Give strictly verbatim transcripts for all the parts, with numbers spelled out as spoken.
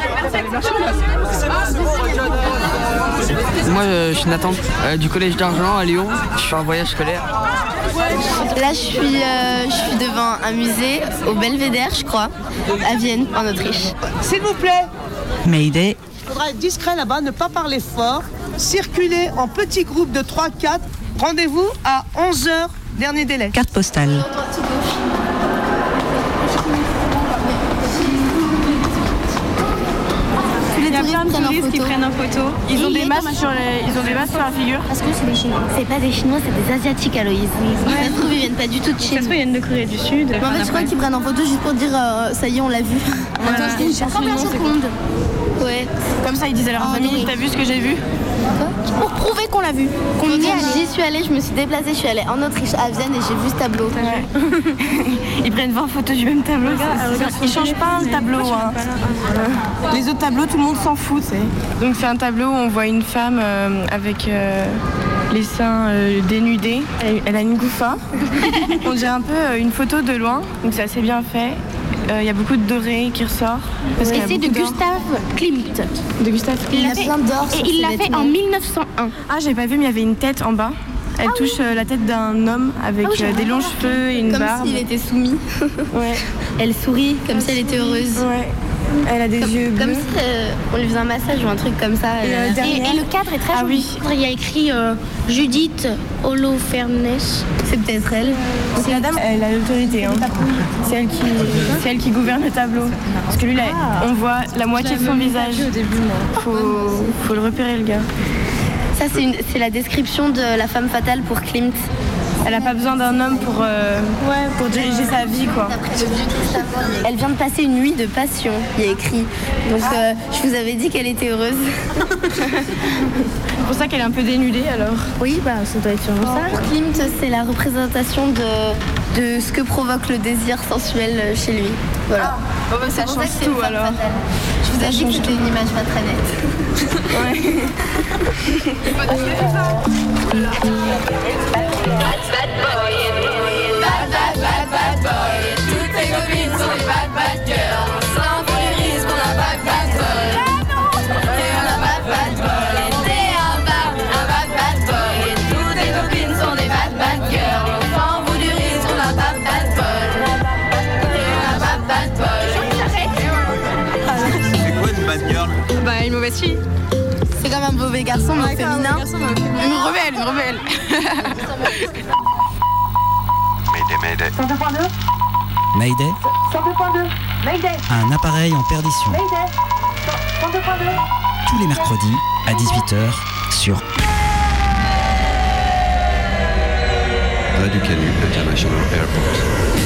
Moi, je suis Nathan, euh, du collège d'Argent à Lyon. Je suis en voyage scolaire. Là, je suis, euh, je suis devant un musée au Belvédère, je crois, à Vienne, en Autriche. S'il vous plaît. Mayday. Il faudra être discret là-bas, ne pas parler fort. Circuler en petits groupes de trois quatre. Rendez-vous à onze heures, dernier délai. Carte postale. Il y a plein de touristes qui prennent en photo. Ils ont des masques sur les, ils ont des masques sur la figure. Parce que c'est des Chinois. C'est pas des Chinois, c'est des Asiatiques, Aloïse. Ouais. Ça se trouve, ils viennent pas du tout de Chine. Ça se trouve, ils viennent de Corée du Sud. Mais en fait, je crois qu'ils prennent en photo juste pour dire euh, ça y est, on l'a vu. Voilà. Attends, c'est une trente secondes. Ouais. Comme ça, ils disent à leur famille, oui. T'as vu ce que j'ai vu? Pour prouver qu'on l'a vu. Qu'on y est allé. J'y suis allée, je me suis déplacée, je suis allée en Autriche, à Vienne, et j'ai vu ce tableau. Ouais. Ils prennent vingt photos du même tableau. Ils changent pas le tableau. Hein. Les autres tableaux, tout le monde s'en fout. T'sais. Donc c'est un tableau où on voit une femme euh, avec euh, les seins euh, dénudés. Elle, elle a une gouffa. On dirait un peu euh, une photo de loin, donc c'est assez bien fait. Il euh, y a beaucoup de doré qui ressort. Parce et c'est de Gustav Klimt. De Gustav Klimt. Il a plein d'or. Et il l'a fait en mille neuf cent un. Ah, j'avais pas vu, mais il y avait une tête en bas. Elle ah, touche oui. euh, la tête d'un homme avec ah, oui, euh, des longs cheveux et une comme barbe. Comme s'il était soumis. Ouais. Elle sourit comme elle si elle était heureuse. Ouais. Elle a des comme, yeux bleus. Comme si euh, on lui faisait un massage ou un truc comme ça. Et, euh, et, et le cadre est très ah, joli. Oui. Il y a écrit euh, Judith Holofernes. C'est peut-être elle. Donc la dame, elle a l'autorité. Hein. C'est elle, qui, c'est elle qui gouverne le tableau. Parce que lui, là, ah. on voit la moitié de son visage. Au début, faut, faut le repérer, le gars. Ça, c'est, une, c'est la description de la femme fatale pour Klimt. Elle n'a pas besoin d'un homme pour, euh, ouais, pour diriger sa vie, quoi. Elle vient de passer une nuit de passion, il y a écrit. Donc euh, je vous avais dit qu'elle était heureuse. C'est pour ça qu'elle est un peu dénudée, alors. Oui, bah ça doit être sûrement ça. Pour Klimt, c'est la représentation de, de ce que provoque le désir sensuel chez lui. Voilà. Ah, bon, bah, ça change tout, alors. Fatale. Je vous ai dit que c'était une image pas très nette. Ouais. Bad boy, bad, bad, bad, bad boy. Toutes tes copines sont des bad, bad girls. Sans pour les risques, on a bad, bad boy. Et on a bad, bad boy. T'es un bad, un bad, bad boy. Toutes tes copines sont des bad, bad girls. Sans bout du risque, on a bad, bad boy. Et on a bad, bad boy. C'est quoi une bad girl? Bah, une mauvaise fille. C'est comme un mauvais garçon, mais féminin. Une rebelle, une rebelle. Mayday, Mayday. cent deux point deux. Mayday. cent deux point deux. Mayday. Un appareil en perdition. Mayday. cent deux point deux. Tous les mercredis à dix-huit heures sur Radio Canu International Airport.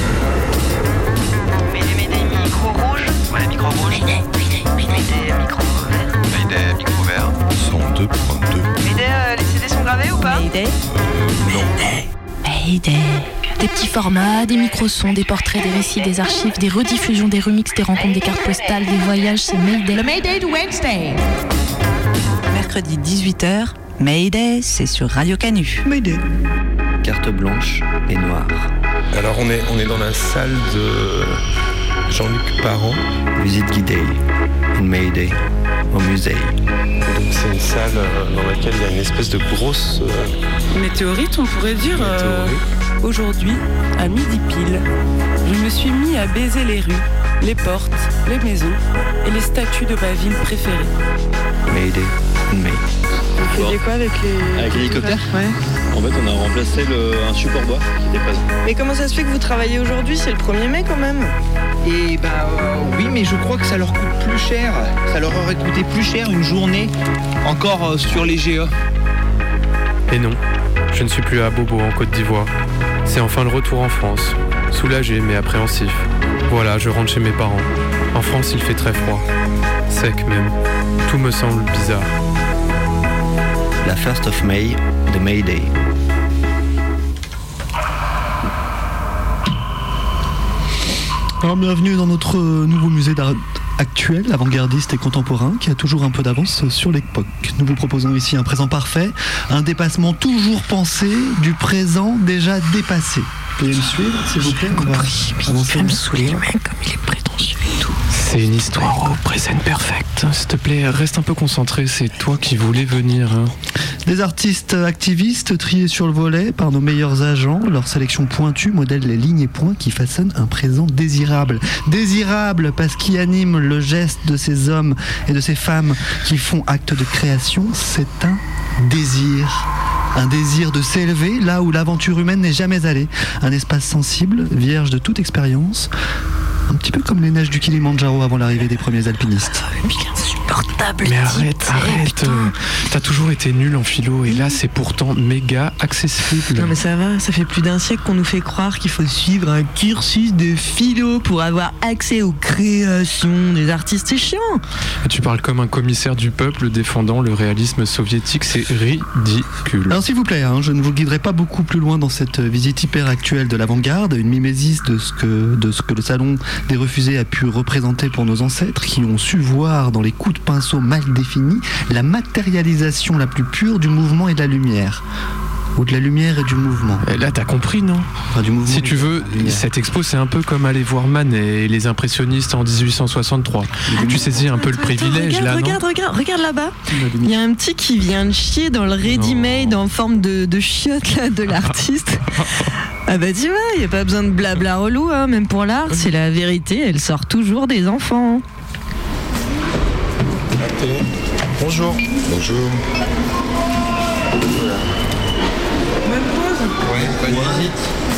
Mayday, Mayday, micro rouge. Ouais, micro rouge. Mayday, Mayday, Mayday, micro vert. Mayday, micro vert. cent deux point deux. Mayday, euh, les C D sont gravés ou pas? Mayday. Mayday. Mayday. Des petits formats, des micro-sons, des portraits, des récits, des archives, des rediffusions, des remixes, des rencontres, des cartes postales, des voyages, c'est Mayday. Le Mayday de Wednesday. Mercredi dix-huit heures, Mayday, c'est sur Radio Canu. Mayday. Carte blanche et noire. Alors on est, on est dans la salle de Jean-Luc Parent. Visite guidée, une Mayday au musée. Donc c'est une salle dans laquelle il y a une espèce de grosse... Euh... Météorite, on pourrait dire. Euh, aujourd'hui, à midi pile, je me suis mis à baiser les rues, les portes, les maisons et les statues de ma ville préférée. Mayday, une May. Vous faisiez quoi avec les... Avec l'hélicoptère? Ouais. En fait, on a remplacé le, un support bois qui était présent. Mais comment ça se fait que vous travaillez aujourd'hui? C'est le premier mai quand même. Et bah euh, oui, mais je crois que ça leur coûte plus cher. Ça leur aurait coûté plus cher une journée encore euh, sur les G E. Et non, je ne suis plus à Bobo en Côte d'Ivoire. C'est enfin le retour en France. Soulagé mais appréhensif. Voilà, je rentre chez mes parents. En France, il fait très froid. Sec même. Tout me semble bizarre. La first of May de Mayday. Alors bienvenue dans notre nouveau musée d'art actuel, avant-gardiste et contemporain, qui a toujours un peu d'avance sur l'époque. Nous vous proposons ici un présent parfait, un dépassement toujours pensé du présent déjà dépassé. Vous pouvez me suivre, s'il vous plaît? J'ai compris, mais il va me saouler, le mec, comme il est prétentieux et tout. C'est une histoire au present perfect. S'il te plaît, reste un peu concentré, c'est toi qui voulais venir. Hein. Des artistes activistes triés sur le volet par nos meilleurs agents. Leur sélection pointue modèle les lignes et points qui façonnent un présent désirable. Désirable parce qu'il anime le geste de ces hommes et de ces femmes qui font acte de création. C'est un désir. Un désir de s'élever là où l'aventure humaine n'est jamais allée. Un espace sensible, vierge de toute expérience. Un petit peu comme les neiges du Kilimandjaro avant l'arrivée des premiers alpinistes. Insupportable. Mais arrête, arrête. Euh, T'as toujours été nul en philo et là c'est pourtant méga accessible. Non mais ça va, ça fait plus d'un siècle qu'on nous fait croire qu'il faut suivre un cursus de philo pour avoir accès aux créations des artistes. C'est chiant. Et tu parles comme un commissaire du peuple défendant le réalisme soviétique, c'est ridicule. Alors s'il vous plaît, hein, je ne vous guiderai pas beaucoup plus loin dans cette visite hyper actuelle de l'avant-garde, une mimésis de ce que, de ce que le salon des refusés a pu représenter pour nos ancêtres qui ont su voir dans les coups de pinceau mal définis la matérialisation la plus pure du mouvement et de la lumière. Ou de la lumière et du mouvement. Et là, t'as compris, non ? Enfin, du mouvement. Si tu veux, cette expo, c'est un peu comme aller voir Manet et les impressionnistes en dix-huit cent soixante-trois. Ah, tu saisis un peu le privilège, attends, regarde, là, regarde, non regarde, regarde là-bas. Il y a un petit qui vient de chier dans le ready-made en forme de, de chiotte là, de l'artiste. Ah bah tu vois, il n'y a pas besoin de blabla relou, hein, même pour l'art, c'est la vérité, elle sort toujours des enfants. Bonjour. Bonjour. Bonne pause. Ouais, bonne visite.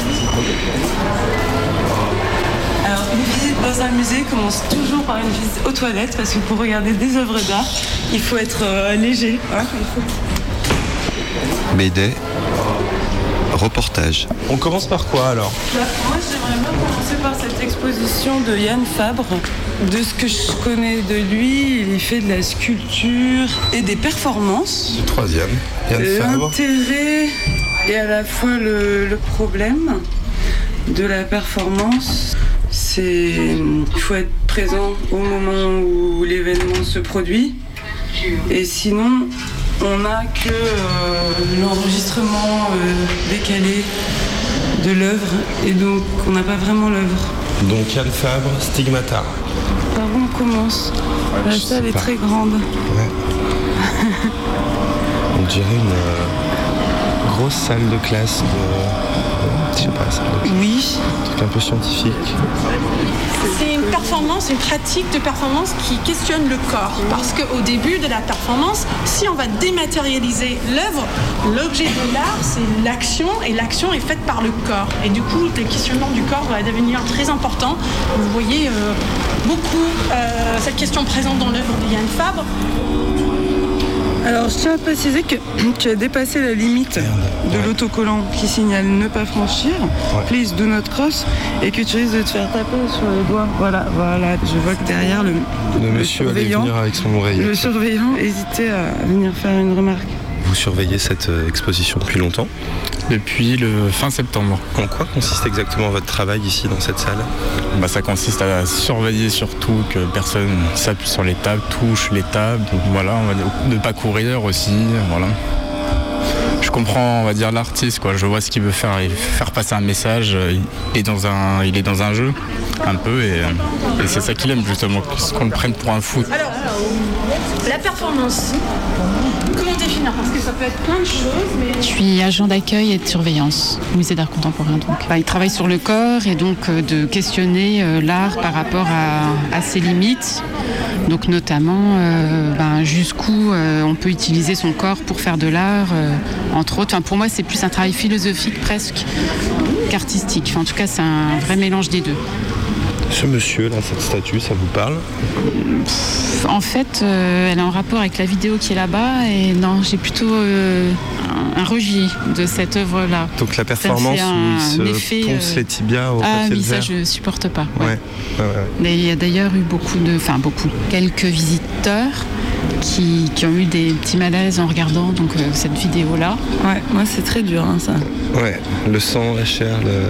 Alors, une visite dans un musée commence toujours par une visite aux toilettes parce que pour regarder des œuvres d'art, il faut être euh, léger. Hein, il faut... Mayday. Reportage. On commence par quoi alors ? Bah, moi j'aimerais bien commencer par cette exposition de Yann Fabre. De ce que je connais de lui, il fait de la sculpture et des performances. Troisième, Yann Fabre. L'intérêt et à la fois le, le problème de la performance, c'est qu'il faut être présent au moment où l'événement se produit. Et sinon, on n'a que euh, l'enregistrement euh, décalé de l'œuvre et donc on n'a pas vraiment l'œuvre. Donc Yann Fabre, Stigmata. Par où on commence ? Ouais, La salle est pas. Très grande. Ouais. On dirait une euh, grosse salle de classe de... Je sais pas, salle de classe. Oui. Un truc un peu scientifique. C'est une performance, une pratique de performance qui questionne le corps. Parce qu'au début de la performance, si on va dématérialiser l'œuvre, l'objet de l'art, c'est l'action, et l'action est faite par le corps. Et du coup, le questionnement du corps va devenir très important. Vous voyez euh, beaucoup euh, cette question présente dans l'œuvre de Yann Fabre. Alors, je tiens à préciser que tu as dépassé la limite de l'autocollant qui signale ne pas franchir, ouais. Please do not cross, et que tu risques de te faire taper sur les doigts. Voilà, voilà. Je vois que derrière le, le, le monsieur allait venir avec son oreille. Le surveillant hésitait à venir faire une remarque. Vous surveillez cette exposition depuis longtemps ? Depuis le fin septembre. En quoi consiste exactement votre travail ici dans cette salle ? Bah, ça consiste à surveiller surtout que personne s'appuie sur les tables, touche les tables. Donc, voilà, on va dire, de ne pas courir aussi. Voilà. Je comprends, on va dire, l'artiste, quoi. Je vois ce qu'il veut faire, il veut faire passer un message. Il est dans un, il est dans un jeu, un peu, et, et c'est ça qu'il aime justement, qu'on le prenne pour un fou. Alors, la performance. Comment définir ? Parce que ça peut être plein de choses, mais... Je suis agent d'accueil et de surveillance au musée d'art contemporain. Donc. Bah, il travaille sur le corps et donc euh, de questionner euh, l'art par rapport à, à ses limites. Donc notamment euh, ben, jusqu'où euh, on peut utiliser son corps pour faire de l'art, euh, entre autres. Enfin, pour moi, c'est plus un travail philosophique presque qu'artistique. Enfin, en tout cas, c'est un vrai mélange des deux. Ce monsieur, là, cette statue, ça vous parle ? En fait, euh, elle est en rapport avec la vidéo qui est là-bas et non, j'ai plutôt euh, un, un rejet de cette œuvre-là. Donc la performance où il se effet, ponce euh... les tibias au ah, papier oui, de verre. Ah oui, ça je supporte pas. Ouais. Ouais. Ouais, ouais. Mais il y a d'ailleurs eu beaucoup de, enfin beaucoup, quelques visiteurs qui, qui ont eu des petits malaises en regardant donc euh, cette vidéo-là. Ouais, moi c'est très dur hein, ça. Ouais, le sang, la chair, le...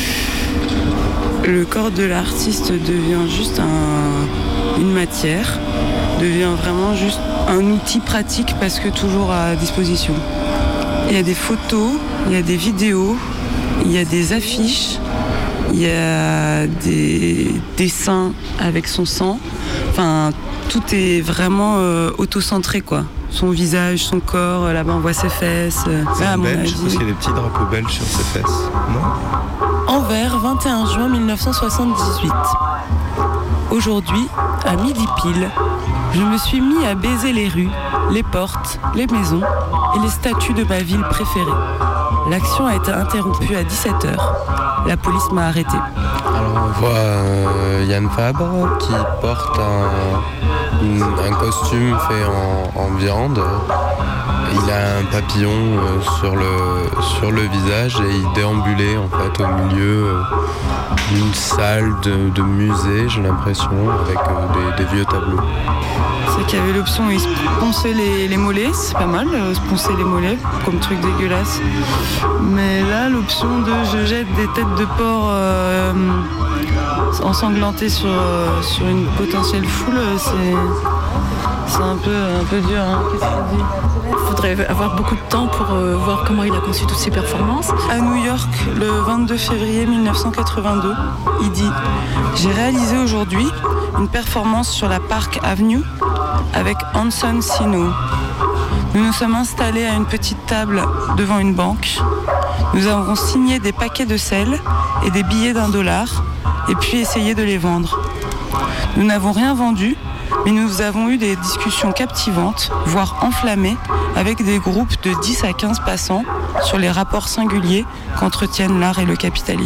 Le corps de l'artiste devient juste un, une matière, devient vraiment juste un outil pratique parce que toujours à disposition. Il y a des photos, il y a des vidéos, il y a des affiches, il y a des dessins avec son sang. Enfin, tout est vraiment euh, auto-centré, quoi. Son visage, son corps, là-bas on voit ses fesses. C'est Là, à mon belge, avis. parce qu'il y a des petits drapeaux belges sur ses fesses, non? Anvers, vingt et un juin mille neuf cent soixante-dix-huit. Aujourd'hui, à midi pile, je me suis mis à baiser les rues, les portes, les maisons et les statues de ma ville préférée. L'action a été interrompue à dix-sept heures. La police m'a arrêté. Alors on voit euh, Yann Fabre qui porte un, une- un costume fait en, en viande. Il a un papillon euh, sur, le, sur le visage et il déambulait en fait au milieu euh, d'une salle de, de musée, j'ai l'impression, avec euh, des, des vieux tableaux. C'est qu'il y avait l'option où il se ponçait les, les mollets, c'est pas mal, euh, se poncer les mollets, comme truc dégueulasse. Mais là, l'option de je jette des têtes de porc euh, ensanglantées sur, euh, sur une potentielle foule, euh, c'est, c'est un, peu, un peu dur. Hein. Qu'est-ce qu'il dit ? Il faudrait avoir beaucoup de temps pour euh, voir comment il a conçu toutes ses performances. À New York, le vingt-deux février mille neuf cent quatre-vingt-deux, il dit « J'ai réalisé aujourd'hui une performance sur la Park Avenue avec Anson Sino. Nous nous sommes installés à une petite table devant une banque. Nous avons signé des paquets de sel et des billets d'un dollar et puis essayé de les vendre. Nous n'avons rien vendu, mais nous avons eu des discussions captivantes, voire enflammées, avec des groupes de dix à quinze passants sur les rapports singuliers qu'entretiennent l'art et le capitalisme. »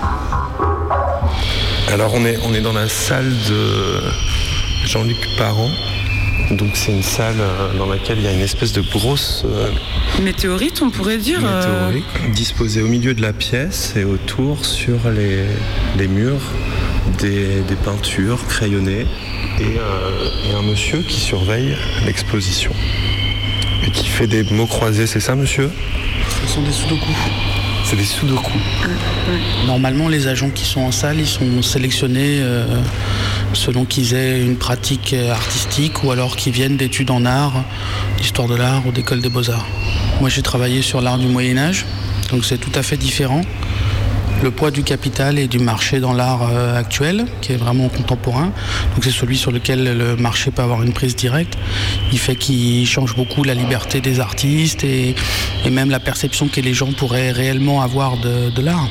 Alors on est, on est dans la salle de Jean-Luc Parent. Donc c'est une salle euh, dans laquelle il y a une espèce de grosse euh, Météorite, on pourrait dire. euh, météorite disposée au milieu de la pièce et autour sur les, les murs des, des peintures crayonnées et, euh, et un monsieur qui surveille l'exposition et qui fait des mots croisés. C'est ça, monsieur ? Ce sont des sudoku. C'est des sudoku. Normalement, les agents qui sont en salle, ils sont sélectionnés euh, selon qu'ils aient une pratique euh, artistique ou alors qu'ils viennent d'études en art, d'histoire de l'art ou d'école des beaux-arts. Moi, j'ai travaillé sur l'art du Moyen-Âge, donc c'est tout à fait différent. Le poids du capital et du marché dans l'art euh, actuel, qui est vraiment contemporain, donc c'est celui sur lequel le marché peut avoir une prise directe. Il fait qu'il change beaucoup la liberté des artistes et, et même la perception que les gens pourraient réellement avoir de, de l'art.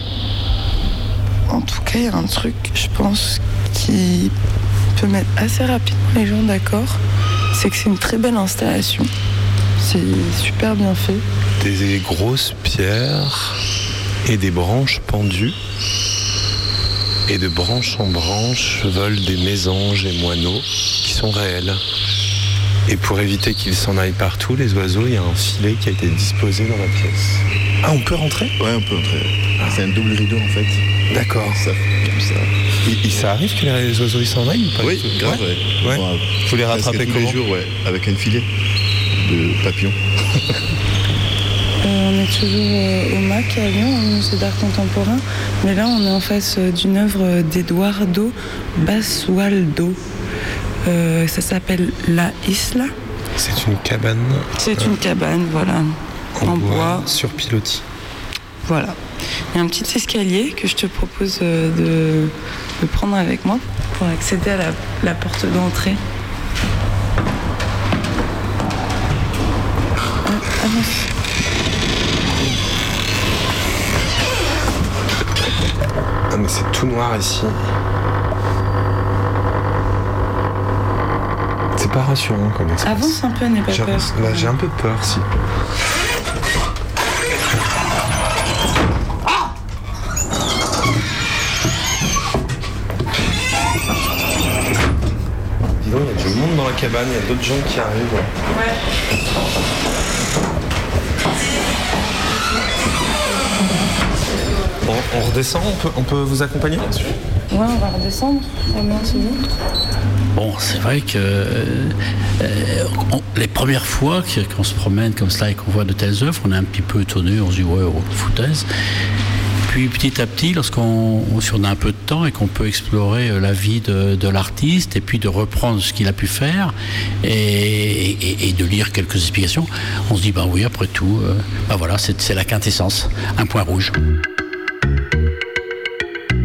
En tout cas, il y a un truc, je pense, qui peut mettre assez rapidement les gens d'accord, c'est que c'est une très belle installation. C'est super bien fait. Des grosses pierres et des branches pendues. Et de branche en branche volent des mésanges et moineaux qui sont réels. Et pour éviter qu'ils s'en aillent partout, les oiseaux, il y a un filet qui a été disposé dans la pièce. Ah, on peut rentrer ? Ouais, on peut rentrer. C'est un double rideau en fait. D'accord. Ça, comme ça. Et, et ça arrive que les oiseaux ils s'en aillent ou pas ? Oui, grave, ouais. Ouais. Bon, faut les rattraper presque tous comment ? les jours, ouais, avec un filet de papillons. Euh, on est toujours euh, au M A C à Lyon, au musée d'art contemporain, mais là on est en face euh, d'une œuvre d'Eduardo Basualdo. Euh, ça s'appelle La Isla. C'est une cabane. C'est euh, une cabane, voilà, en, en bois, bois. sur pilotis. Voilà. Il y a un petit escalier que je te propose euh, de, de prendre avec moi pour accéder à la, la porte d'entrée. Ah, avance. Ah mais c'est tout noir ici. C'est pas rassurant comme espace. Avance un peu, n'aie pas J'ai- peur. bah, j'ai un peu peur si. Dis donc, il y a du monde dans la cabane, il y a d'autres gens qui arrivent. Ouais. On, on redescend, on peut, on peut vous accompagner ? Ouais, on va redescendre. Romain, c'est bon. Bon, c'est vrai que euh, on- les premières fois que- qu'on se promène comme cela et qu'on voit de telles œuvres, on est un petit peu étonné, on se dit ouais, oh, foutaise. Puis petit à petit, lorsqu'on si on a un peu de temps et qu'on peut explorer euh, la vie de, de l'artiste et puis de reprendre ce qu'il a pu faire et, et- et de lire quelques explications, on se dit bah oui, après tout, euh, bah voilà, c'est c'est la quintessence, un point rouge.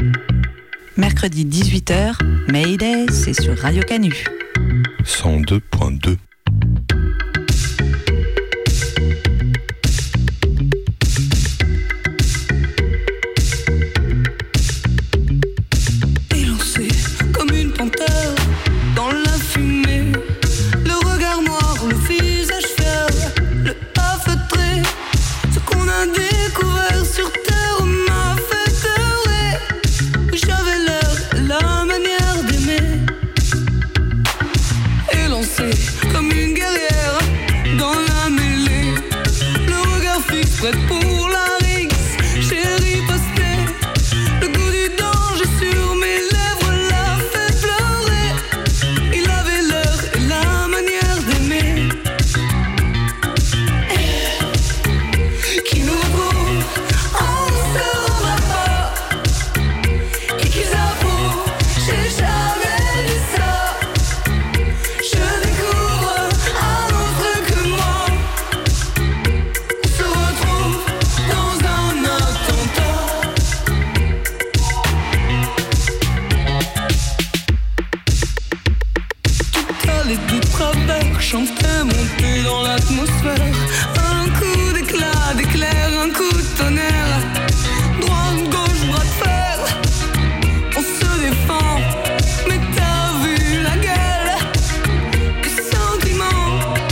Mercredi dix-huit heures, Mayday, c'est sur Radio Canu. cent deux point deux. Élancé comme une panthère dans la fumée, le regard noir, le visage fier, le pas feutré, ce qu'on a découvert sur terre m'a fait pleurer. J'avais l'air, la manière d'aimer, élancé comme une guerrière dans la mêlée, le regard fixe prêt pour la rixe, j'ai riposté, le goût du danger sur mes lèvres l'a fait pleurer. Il avait l'heure et la manière d'aimer, qui nous retrouve, on ne se rendra pas, qui qui s'apprend, j'ai jamais dit ça. Je découvre un autre que moi, on se retrouve dans un attentat. Tout allait de travers, chantait, montait dans l'atmosphère. Un coup d'éclat, d'éclair, un coup de tonnerre. Droite, gauche, bras de fer, on se défend. Mais t'as vu la gueule, le sentiment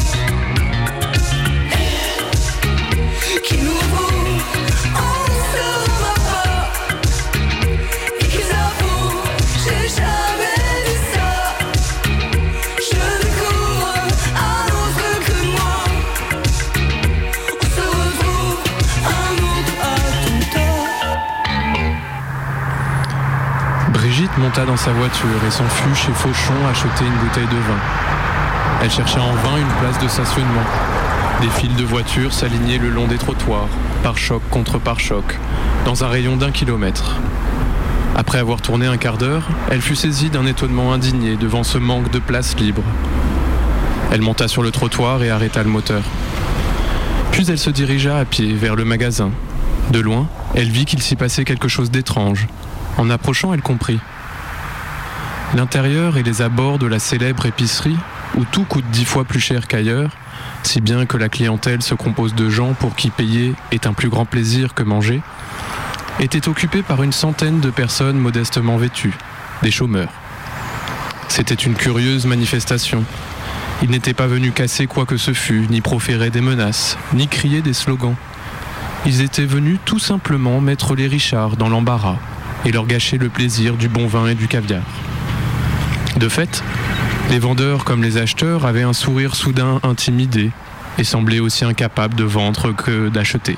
qui nous retrouve, on ne se rendra pas. Et qui s'apprend, j'ai jamais dit ça. Je découvre un autre que moi, on se retrouve, un autre attentat. Brigitte monta dans sa voiture et s'enfuit chez Fauchon acheter une bouteille de vin. Elle cherchait en vain une place de stationnement. Des files de voitures s'alignaient le long des trottoirs, pare-choc contre pare-choc, dans un rayon d'un kilomètre. Après avoir tourné un quart d'heure, elle fut saisie d'un étonnement indigné devant ce manque de place libre. Elle monta sur le trottoir et arrêta le moteur. Puis elle se dirigea à pied vers le magasin. De loin, elle vit qu'il s'y passait quelque chose d'étrange. En approchant, elle comprit. L'intérieur et les abords de la célèbre épicerie, où tout coûte dix fois plus cher qu'ailleurs, si bien que la clientèle se compose de gens pour qui payer est un plus grand plaisir que manger, étaient occupés par une centaine de personnes modestement vêtues, des chômeurs. C'était une curieuse manifestation. Ils n'étaient pas venus casser quoi que ce fût, ni proférer des menaces, ni crier des slogans. Ils étaient venus tout simplement mettre les richards dans l'embarras et leur gâcher le plaisir du bon vin et du caviar. De fait, les vendeurs comme les acheteurs avaient un sourire soudain intimidé et semblaient aussi incapables de vendre que d'acheter.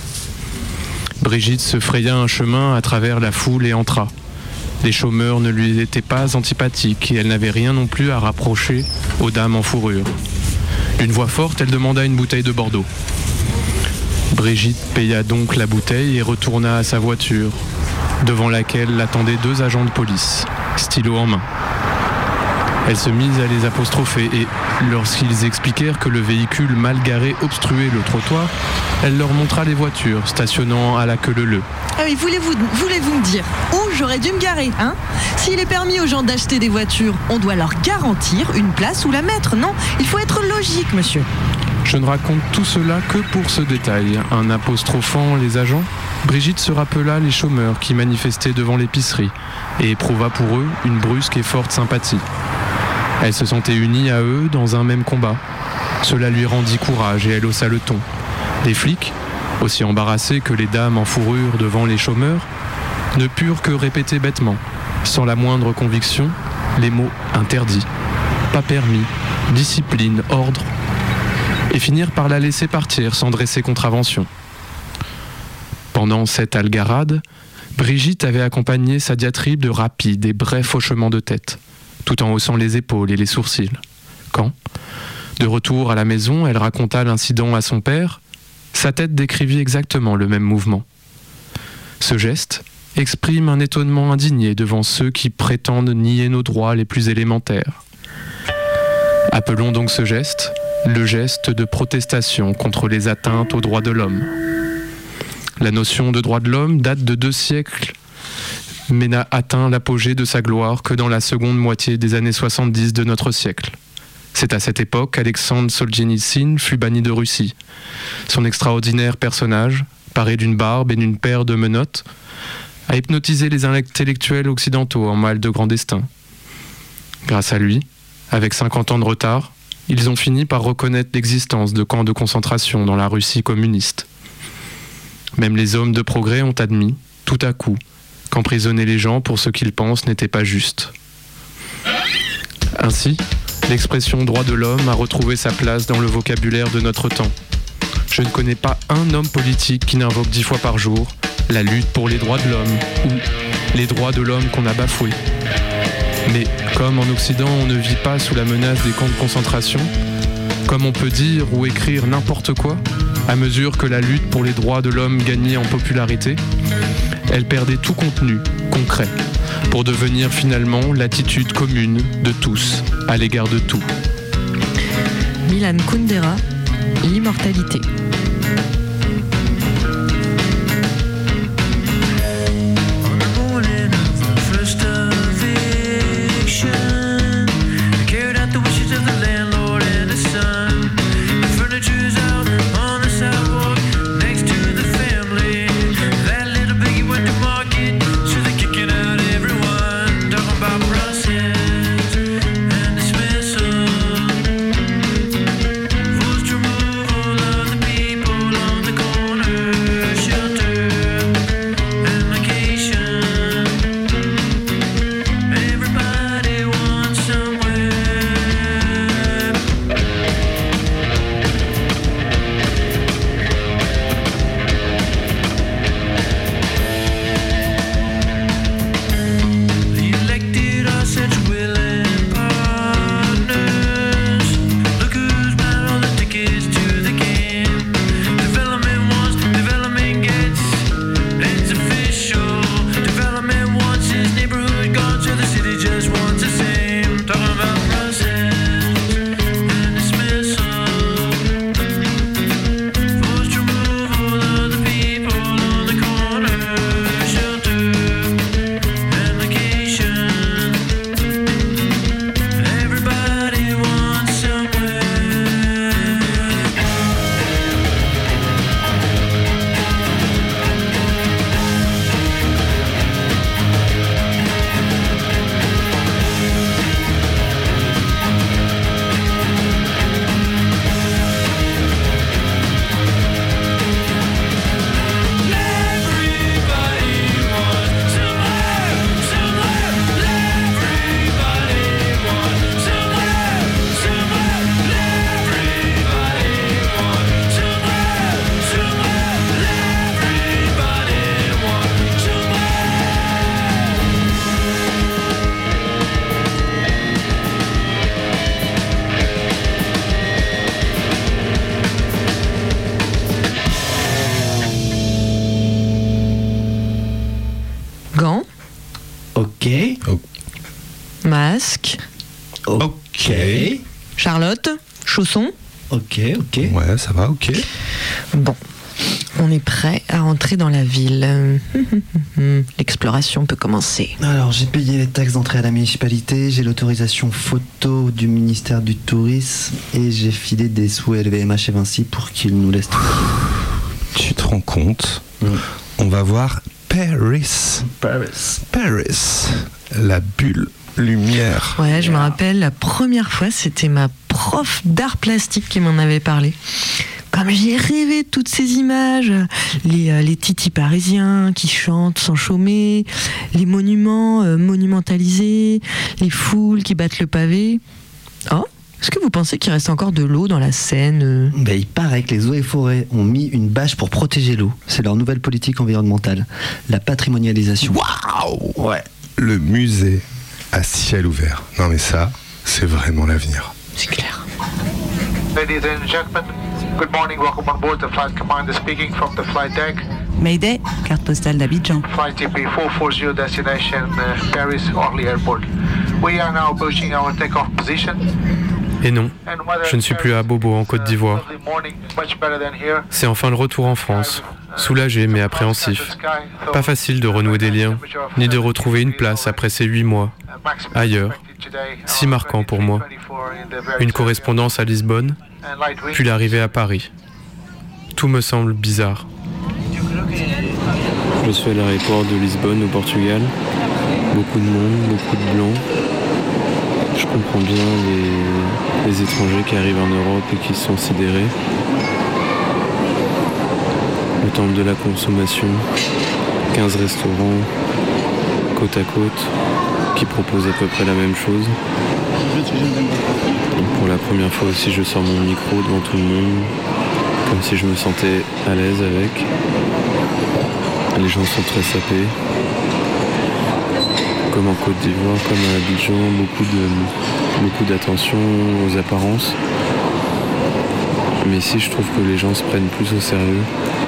Brigitte se fraya un chemin à travers la foule et entra. Les chômeurs ne lui étaient pas antipathiques et elle n'avait rien non plus à rapprocher aux dames en fourrure. D'une voix forte, elle demanda une bouteille de Bordeaux. Brigitte paya donc la bouteille et retourna à sa voiture, devant laquelle l'attendaient deux agents de police, stylo en main. Elle se mit à les apostropher et, lorsqu'ils expliquèrent que le véhicule mal garé obstruait le trottoir, elle leur montra les voitures stationnant à la queue leu-leu. Ah oui, voulez-vous, voulez-vous me dire où j'aurais dû me garer, hein ? S'il est permis aux gens d'acheter des voitures, on doit leur garantir une place où la mettre, non ? Il faut être logique, monsieur. Je ne raconte tout cela que pour ce détail. En apostrophant les agents, Brigitte se rappela les chômeurs qui manifestaient devant l'épicerie et éprouva pour eux une brusque et forte sympathie. Elle se sentait unie à eux dans un même combat. Cela lui rendit courage et elle haussa le ton. Les flics, aussi embarrassés que les dames en fourrure devant les chômeurs, ne purent que répéter bêtement, sans la moindre conviction, les mots interdits, pas permis, discipline, ordre, et finirent par la laisser partir sans dresser contravention. Pendant cette algarade, Brigitte avait accompagné sa diatribe de rapides et brefs hochements de tête, tout en haussant les épaules et les sourcils. Quand, de retour à la maison, elle raconta l'incident à son père, sa tête décrivit exactement le même mouvement. Ce geste exprime un étonnement indigné devant ceux qui prétendent nier nos droits les plus élémentaires. Appelons donc ce geste le geste de protestation contre les atteintes aux droits de l'homme. La notion de droit de l'homme date de deux siècles mais n'a atteint l'apogée de sa gloire que dans la seconde moitié des années soixante-dix de notre siècle. C'est à cette époque qu'Alexandre Solzhenitsyn fut banni de Russie. Son extraordinaire personnage, paré d'une barbe et d'une paire de menottes, a hypnotisé les intellectuels occidentaux en mal de grand destin. Grâce à lui, avec cinquante ans de retard, ils ont fini par reconnaître l'existence de camps de concentration dans la Russie communiste. Même les hommes de progrès ont admis, tout à coup, qu'emprisonner les gens pour ce qu'ils pensent n'était pas juste. Ainsi, l'expression droit de l'homme a retrouvé sa place dans le vocabulaire de notre temps. Je ne connais pas un homme politique qui n'invoque dix fois par jour la lutte pour les droits de l'homme ou les droits de l'homme qu'on a bafoués. Mais comme en Occident on ne vit pas sous la menace des camps de concentration, comme on peut dire ou écrire n'importe quoi, à mesure que la lutte pour les droits de l'homme gagnait en popularité, elle perdait tout contenu concret pour devenir finalement l'attitude commune de tous à l'égard de tout. Milan Kundera, l'immortalité. Masque. Ok. Charlotte. Chaussons. Ok, ok. Ouais, ça va, ok. Bon, on est prêt à rentrer dans la ville. L'exploration peut commencer. Alors, j'ai payé les taxes d'entrée à la municipalité, j'ai l'autorisation photo du ministère du Tourisme et j'ai filé des sous à L V M H et Vinci pour qu'ils nous laissent tranquilles. Tu te rends compte ? mm. On va voir Paris. Paris. Paris. La bulle lumière. Ouais, je me rappelle, la première fois, c'était ma prof d'art plastique qui m'en avait parlé. Comme j'ai rêvé de toutes ces images, les, euh, les titis parisiens qui chantent sans chômer, les monuments euh, monumentalisés, les foules qui battent le pavé. Oh, est-ce que vous pensez qu'il reste encore de l'eau dans la Seine euh ben, il paraît que les eaux et forêts ont mis une bâche pour protéger l'eau. C'est leur nouvelle politique environnementale. La patrimonialisation. Waouh. Ouais. Le musée à ciel ouvert. Non mais ça, c'est vraiment l'avenir. C'est clair. Ladies and gentlemen, good morning, welcome on board. The flight commander speaking from the flight deck. Mayday, carte postale d'Abidjan. Flight T P four forty, destination uh, Paris Orly Airport. We are now approaching our takeoff position. Et non, je ne suis plus à Bobo en Côte d'Ivoire. C'est enfin le retour en France, soulagé mais appréhensif. Pas facile de renouer des liens, ni de retrouver une place après ces huit mois, ailleurs, si marquant pour moi. Une correspondance à Lisbonne, puis l'arrivée à Paris. Tout me semble bizarre. Je suis à l'aéroport de Lisbonne au Portugal. Beaucoup de monde, beaucoup de blancs. Je comprends bien les, les étrangers qui arrivent en Europe et qui sont sidérés. Le temple de la consommation, quinze restaurants, côte à côte, qui proposent à peu près la même chose. Donc pour la première fois aussi, je sors mon micro devant tout le monde, comme si je me sentais à l'aise avec. Les gens sont très sapés. Comme en Côte d'Ivoire, comme à Abidjan, beaucoup de, beaucoup d'attention aux apparences. Mais ici, je trouve que les gens se prennent plus au sérieux.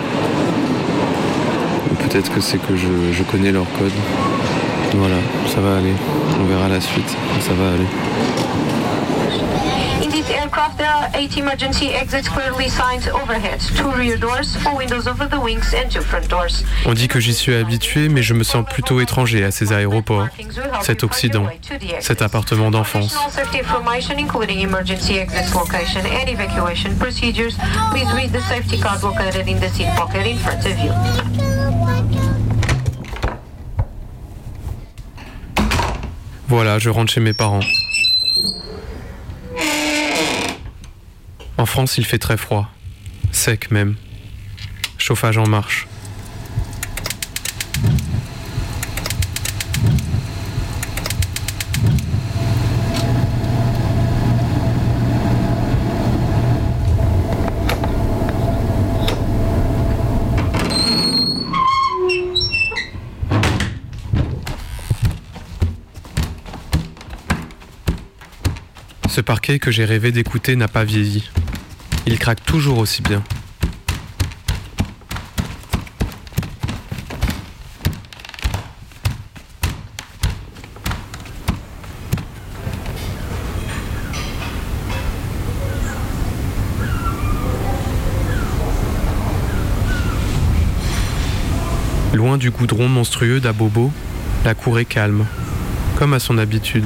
Ou peut-être que c'est que je, je connais leur code. Voilà, ça va aller. On verra la suite. Ça va aller. In this aircraft, there are eight emergency exits clearly signed overhead. Two rear doors, four windows over the wings and two front doors. On dit que j'y suis habitué, mais je me sens plutôt étranger à ces aéroports, cet Occident, cet appartement d'enfance. Safety information including emergency exits location and evacuation procedures. Please read the safety card located in the seat pocket in front of you. Voilà, je rentre chez mes parents. En France, il fait très froid, sec même. Chauffage en marche. Ce parquet que j'ai rêvé d'écouter n'a pas vieilli. Il craque toujours aussi bien. Loin du goudron monstrueux d'Abobo, la cour est calme, comme à son habitude.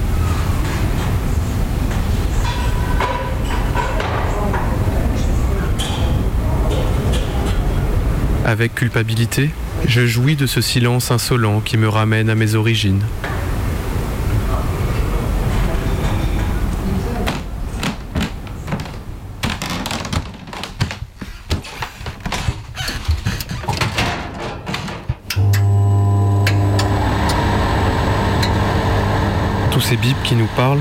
Avec culpabilité, je jouis de ce silence insolent qui me ramène à mes origines. Tous ces bips qui nous parlent,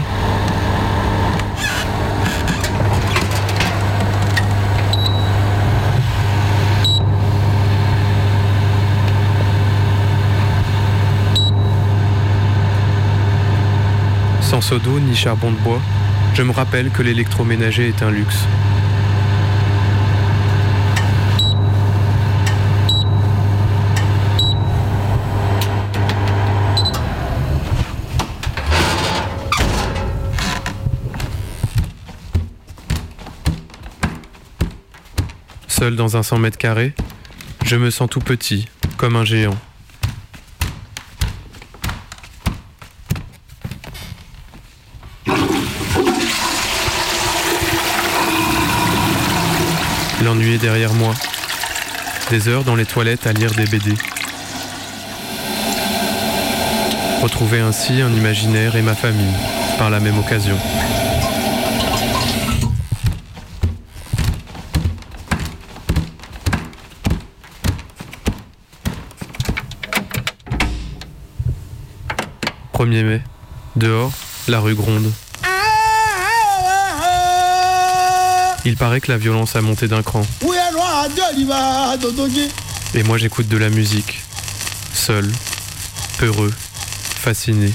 sans seau d'eau ni charbon de bois, je me rappelle que l'électroménager est un luxe. Seul dans un cent mètres carrés, je me sens tout petit, comme un géant. L'ennui est derrière moi. Des heures dans les toilettes à lire des B D. Retrouver ainsi un imaginaire et ma famille, par la même occasion. premier mai. Dehors, la rue gronde. Il paraît que la violence a monté d'un cran. Et moi j'écoute de la musique. Seul, peureux, fasciné.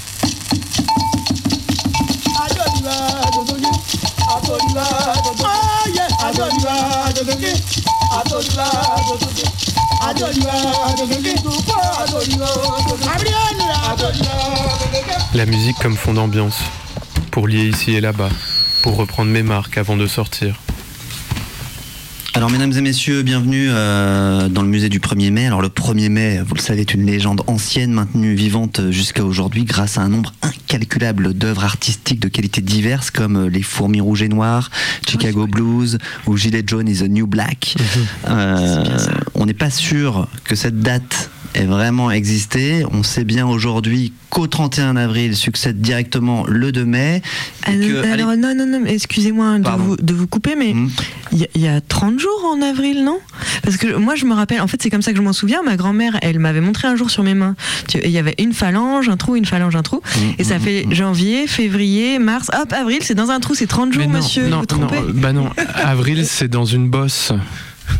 La musique comme fond d'ambiance, pour lier ici et là-bas, pour reprendre mes marques avant de sortir. Alors mesdames et messieurs, bienvenue euh, dans le musée du premier mai. Alors le premier mai, vous le savez, est une légende ancienne maintenue vivante jusqu'à aujourd'hui grâce à un nombre incalculable d'œuvres artistiques de qualité diverses comme les Fourmis rouges et noires, Chicago Blues ou Gilet jaune is the new black. Mmh. Euh, on n'est pas sûr que cette date ait vraiment existé. On sait bien aujourd'hui qu'au trente et un avril succède directement le deux mai. Et alors, que, alors allez... non, non, non, excusez-moi de vous, de vous couper, mais il mmh. y, y a trente jours en avril, non ? Parce que moi, je me rappelle, en fait, c'est comme ça que je m'en souviens. Ma grand-mère, elle m'avait montré un jour sur mes mains. Il y avait une phalange, un trou, une phalange, un trou. Mmh, et ça mmh, fait mmh. janvier, février, mars, hop, avril, c'est dans un trou, c'est trente jours, non, monsieur. Non, vous trompez ? non, bah non, avril, c'est dans une bosse. Hein ?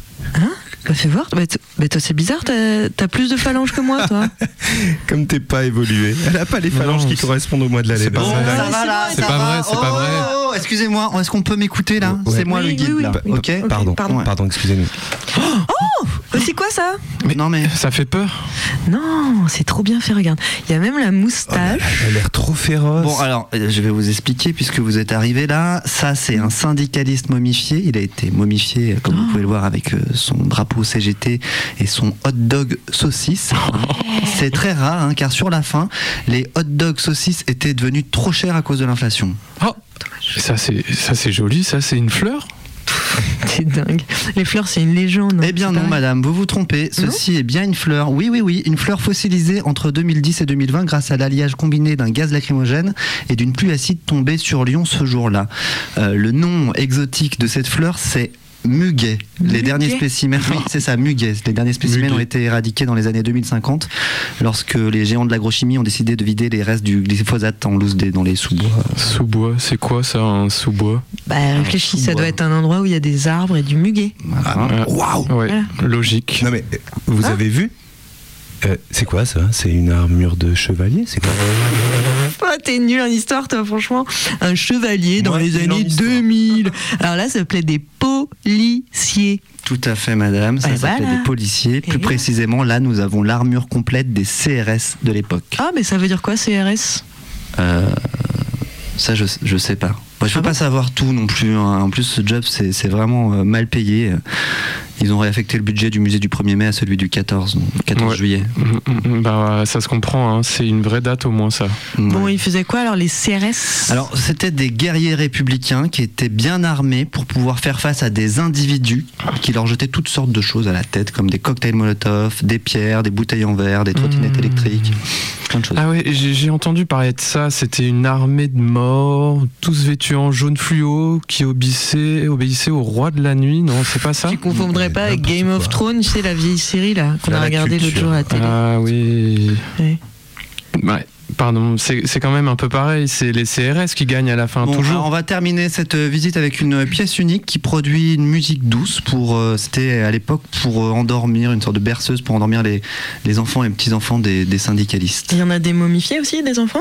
Bah fais voir, bah, bah toi c'est bizarre, t'as, t'as plus de phalanges que moi toi. Comme t'es pas évolué. Elle a pas les phalanges non, qui correspondent au mois de l'année. C'est pas vrai, ça va là, c'est pas vrai, c'est oh, pas vrai. Oh, excusez-moi, est-ce qu'on peut m'écouter là ? Ouais. C'est moi oui, le guide oui, oui, là. Oui. Ok, pardon, pardon, pardon, excusez-nous. Oh, c'est quoi ça ? Mais non mais ça fait peur. Non, c'est trop bien fait, regarde. Il y a même la moustache. Oh, elle a l'air trop féroce. Bon alors, je vais vous expliquer puisque vous êtes arrivés là. Ça c'est un syndicaliste momifié. Il a été momifié, comme oh. vous pouvez le voir, avec son drapeau C G T et son hot dog saucisse. C'est très rare, hein, car sur la fin, les hot dog saucisses étaient devenus trop chers à cause de l'inflation. Oh, ça c'est, ça c'est joli, ça c'est une fleur ? C'est dingue. Les fleurs, c'est une légende. Eh bien non, madame, vous vous trompez. Ceci non est bien une fleur. Oui, oui, oui. Une fleur fossilisée entre deux mille dix et deux mille vingt grâce à l'alliage combiné d'un gaz lacrymogène et d'une pluie acide tombée sur Lyon ce jour-là. Euh, le nom exotique de cette fleur, c'est muguet. Les muguet. derniers spécimens, oui, c'est ça, muguet. Les derniers spécimens muguet. ont été éradiqués dans les années deux mille cinquante lorsque les géants de l'agrochimie ont décidé de vider les restes du glyphosate en loose dans les sous-bois. Sous-bois, c'est quoi ça, un sous-bois ? Bah réfléchis, sous-bois. Ça doit être un endroit où il y a des arbres et du muguet. Waouh wow. Ouais, voilà. Logique. Non mais vous ah. avez vu euh, c'est quoi ça ? C'est une armure de chevalier ? C'est quoi ? Oh, t'es nul en histoire, toi, franchement. Un chevalier dans Moi, les années deux mille. Alors là, ça s'appelait des policiers. Tout à fait, madame. Ça ouais, s'appelait voilà. des policiers. Plus et précisément, là, nous avons l'armure complète des C R S de l'époque. Ah, mais ça veut dire quoi, C R S ? euh, Ça, je, je sais pas. Moi, je peux ah pas bon savoir tout non plus. Hein. En plus, ce job, c'est, c'est vraiment euh, mal payé. Ils ont réaffecté le budget du musée du premier mai à celui du quatorze, quatorze ouais. juillet. Bah, ça se comprend, hein. C'est une vraie date au moins ça. Ouais. Bon, ils faisaient quoi alors les C R S ? Alors, c'était des guerriers républicains qui étaient bien armés pour pouvoir faire face à des individus qui leur jetaient toutes sortes de choses à la tête, comme des cocktails Molotov, des pierres, des bouteilles en verre, des trottinettes mmh. électriques, plein de choses. Ah oui, j'ai, j'ai entendu parler de ça. C'était une armée de morts, tous vêtus en jaune fluo, qui obéissaient, obéissaient au roi de la nuit. Non, c'est pas ça ? Tu confondrais pas avec Game of Thrones, tu sais, la vieille série là qu'on a regardé l'autre jour à la télé. Ah oui. Ouais. Ouais. Pardon, c'est, c'est quand même un peu pareil, c'est les C R S qui gagnent à la fin, bon, toujours. Alors on va terminer cette visite avec une pièce unique qui produit une musique douce pour, euh, c'était à l'époque pour euh, endormir, une sorte de berceuse pour endormir les, les enfants et petits-enfants des, des syndicalistes. Il y en a des momifiés aussi, des enfants ?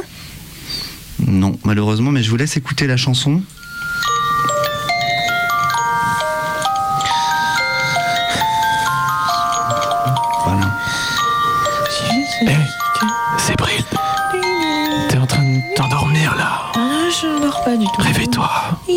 Non, malheureusement, mais je vous laisse écouter la chanson. Voilà. Hey, c'est Bril. T'es en train de t'endormir là. Ah, je dors pas du tout. Réveille-toi.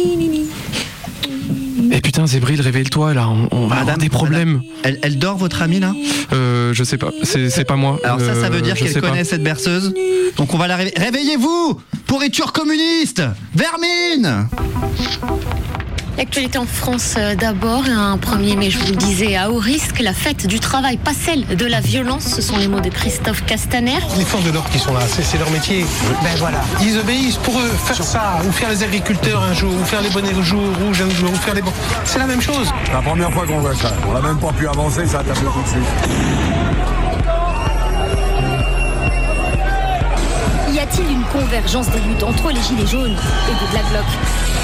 Eh putain, Zébril, réveille-toi là, on, on va Madame, avoir des problèmes. Elle, elle dort, votre amie là ? Euh, je sais pas, c'est, c'est pas moi. Alors ça, ça veut dire euh, qu'elle connaît pas. Cette berceuse. Donc on va la réveiller. Réveillez-vous ! Pourriture communiste ! Vermine ! L'actualité en France euh, d'abord, un premier mai, je vous le disais, à haut risque, la fête du travail, pas celle de la violence, ce sont les mots de Christophe Castaner. Les forces de l'ordre qui sont là, c'est, c'est leur métier. Ben voilà, ils obéissent. Pour eux, faire ça, ou faire les agriculteurs un jour, ou faire les bonnets rouges un jour, ou faire les... C'est la même chose. La première fois qu'on voit ça, on n'a même pas pu avancer, ça a tapé tout de suite. Y a-t-il une convergence des luttes entre les gilets jaunes et des Black Blocs ?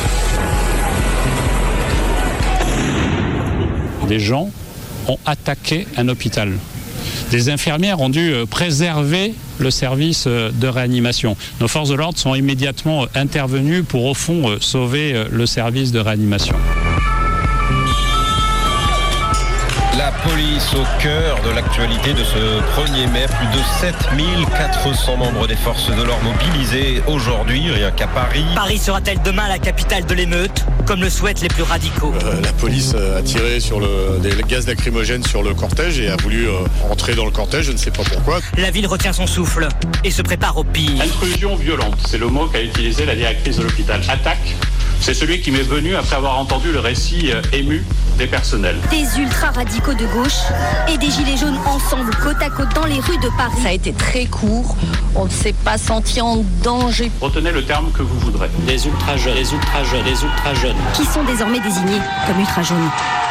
Des gens ont attaqué un hôpital. Des infirmières ont dû préserver le service de réanimation. Nos forces de l'ordre sont immédiatement intervenues pour, au fond, sauver le service de réanimation. La police au cœur de l'actualité de ce premier mai. Plus de sept mille quatre cents membres des forces de l'ordre mobilisés aujourd'hui, rien qu'à Paris. Paris sera-t-elle demain la capitale de l'émeute, comme le souhaitent les plus radicaux? euh, La police a tiré sur le, des gaz lacrymogènes sur le cortège et a voulu euh, entrer dans le cortège, je ne sais pas pourquoi. La ville retient son souffle et se prépare au pire. Intrusion violente, c'est le mot qu'a utilisé la directrice de l'hôpital. Attaque, c'est celui qui m'est venu après avoir entendu le récit euh, ému des personnels. Des ultra-radicaux de gauche et des gilets jaunes ensemble, côte à côte, dans les rues de Paris. Ça a été très court, on ne s'est pas senti en danger. Retenez le terme que vous voudrez. Les ultra-jeunes, les ultra-jeunes, les ultra-jeunes. Qui sont désormais désignés comme ultra-jaunes.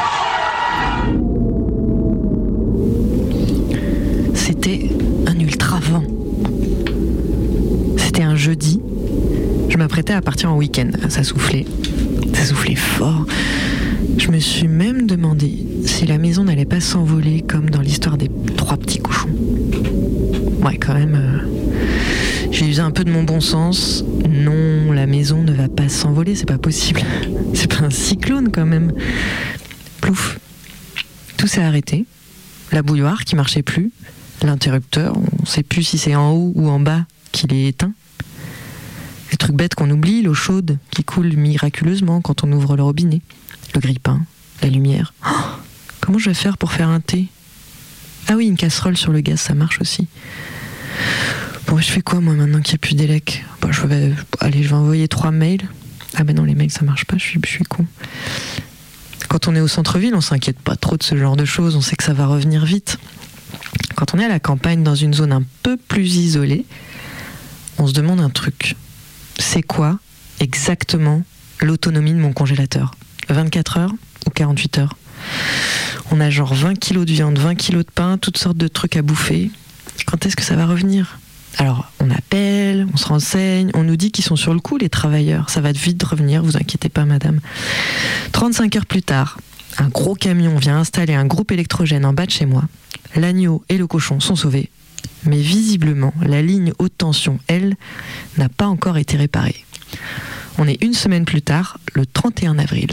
C'était un ultra-vent. C'était un jeudi. Je m'apprêtais à partir en week-end. Ça soufflait. Ça soufflait fort. Je me suis même demandé si la maison n'allait pas s'envoler comme dans l'histoire des trois petits cochons. Ouais, quand même. Euh, j'ai usé un peu de mon bon sens. Non, la maison ne va pas s'envoler, c'est pas possible. C'est pas un cyclone quand même. Plouf. Tout s'est arrêté. La bouilloire qui marchait plus. L'interrupteur, on sait plus si c'est en haut ou en bas qu'il est éteint. Les trucs bêtes qu'on oublie, l'eau chaude qui coule miraculeusement quand on ouvre le robinet. Le grille-pain, la lumière. Oh, comment je vais faire pour faire un thé? Ah oui, une casserole sur le gaz, ça marche aussi. Bon, je fais quoi moi maintenant qu'il n'y a plus d'élec? Bon, je vais, allez, je vais envoyer trois mails. Ah ben non, les mails ça marche pas, je suis, je suis con. Quand on est au centre-ville, on s'inquiète pas trop de ce genre de choses, on sait que ça va revenir vite. Quand on est à la campagne, dans une zone un peu plus isolée, on se demande un truc. C'est quoi exactement l'autonomie de mon congélateur? vingt-quatre heures ou quarante-huit heures? On a genre vingt kilos de viande, vingt kilos de pain, toutes sortes de trucs à bouffer. Quand est-ce que ça va revenir? Alors, on appelle, on se renseigne, on nous dit qu'ils sont sur le coup, les travailleurs. Ça va vite revenir, vous inquiétez pas, madame. trente-cinq heures plus tard, un gros camion vient installer un groupe électrogène en bas de chez moi. L'agneau et le cochon sont sauvés. Mais visiblement, la ligne haute tension, elle, n'a pas encore été réparée. On est une semaine plus tard, le trente et un avril.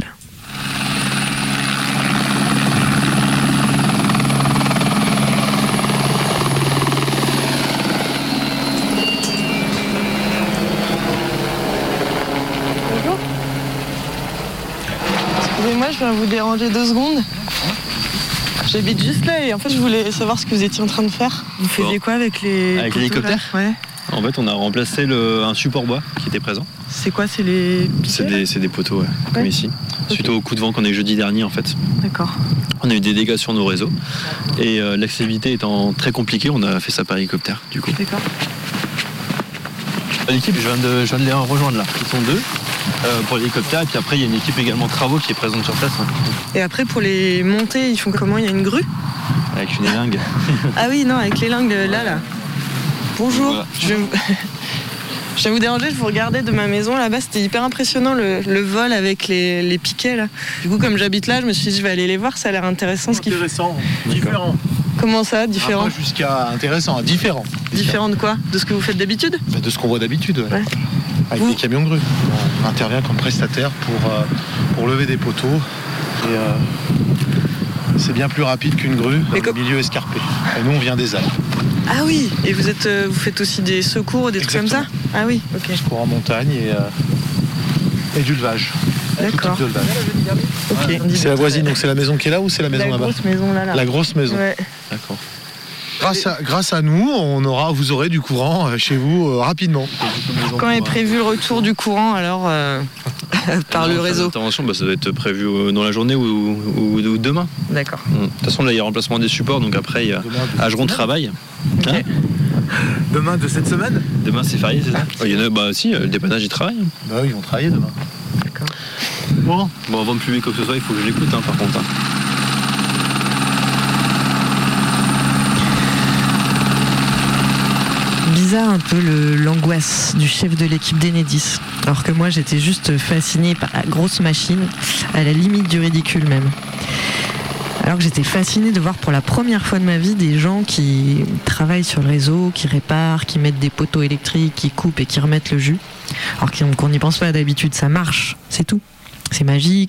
Bonjour. Excusez-moi, je viens vous déranger deux secondes. J'habite juste là et en fait je voulais savoir ce que vous étiez en train de faire. Vous faisiez quoi avec les Avec l'hélicoptère? Ouais. En fait, on a remplacé le, un support bois qui était présent. C'est quoi? C'est les C'est des, c'est des poteaux, ouais, ouais. comme ici. Okay. Suite au coup de vent qu'on a eu jeudi dernier, en fait. D'accord. On a eu des dégâts sur nos réseaux. Et euh, l'accessibilité étant très compliquée, on a fait ça par hélicoptère, du coup. D'accord. L'équipe, je viens de, je viens de les rejoindre là. Ils sont deux euh, pour l'hélicoptère. Et puis après, il y a une équipe également travaux qui est présente sur place. Hein. Et après, pour les monter, ils font comment? Il y a une grue? Avec une élingue. Ah oui, non, avec l'élingue là, là. Bonjour. Voilà. Je vais vous... je vais vous déranger, je vous regardais de ma maison là-bas, c'était hyper impressionnant le, le vol avec les, les piquets là. Du coup, comme j'habite là, je me suis dit je vais aller les voir, ça a l'air intéressant ce qu'ils font. Intéressant, différent. Comment ça, différent? Ah, pas jusqu'à intéressant, différent. Différent de quoi? De ce que vous faites d'habitude? Bah, de ce qu'on voit d'habitude, ouais. Ouais. Avec vous... des camions de grue. On intervient comme prestataire pour, euh, pour lever des poteaux. Et euh, c'est bien plus rapide qu'une grue dans le milieu escarpé. Et nous, on vient des Alpes. Ah oui, et vous êtes, euh, vous faites aussi des secours ou des Exactement. Trucs comme ça? Ah oui, ok. Secours en montagne et, euh, et du levage. D'accord. De levage. Okay. C'est la voisine, donc c'est la maison qui est là ou c'est la maison là-bas? La grosse maison là, là. La grosse maison. Ouais. D'accord. Grâce à, grâce à nous, on aura, vous aurez du courant chez vous euh, rapidement. Quand est prévu le retour du courant alors euh, par le réseau? L'intervention, bah, ça doit être prévu dans la journée ou, ou, ou demain. D'accord. De toute façon, là, il y a remplacement des supports, donc après, il y a Ageron travail. Okay. Hein demain de cette semaine? Demain, c'est férié, c'est ça? Il y en a, bah si, le dépannage, ils travaillent. Bah oui, ils vont travailler demain. D'accord. Bon. Bon, avant de publier quoi que ce soit, il faut que je l'écoute, hein, par contre. Hein. Bizarre un peu le, l'angoisse du chef de l'équipe d'Enedis, alors que moi j'étais juste fascinée par la grosse machine, à la limite du ridicule même. Alors que j'étais fascinée de voir pour la première fois de ma vie des gens qui travaillent sur le réseau, qui réparent, qui mettent des poteaux électriques, qui coupent et qui remettent le jus. Alors qu'on n'y pense pas d'habitude, ça marche, c'est tout. C'est magique,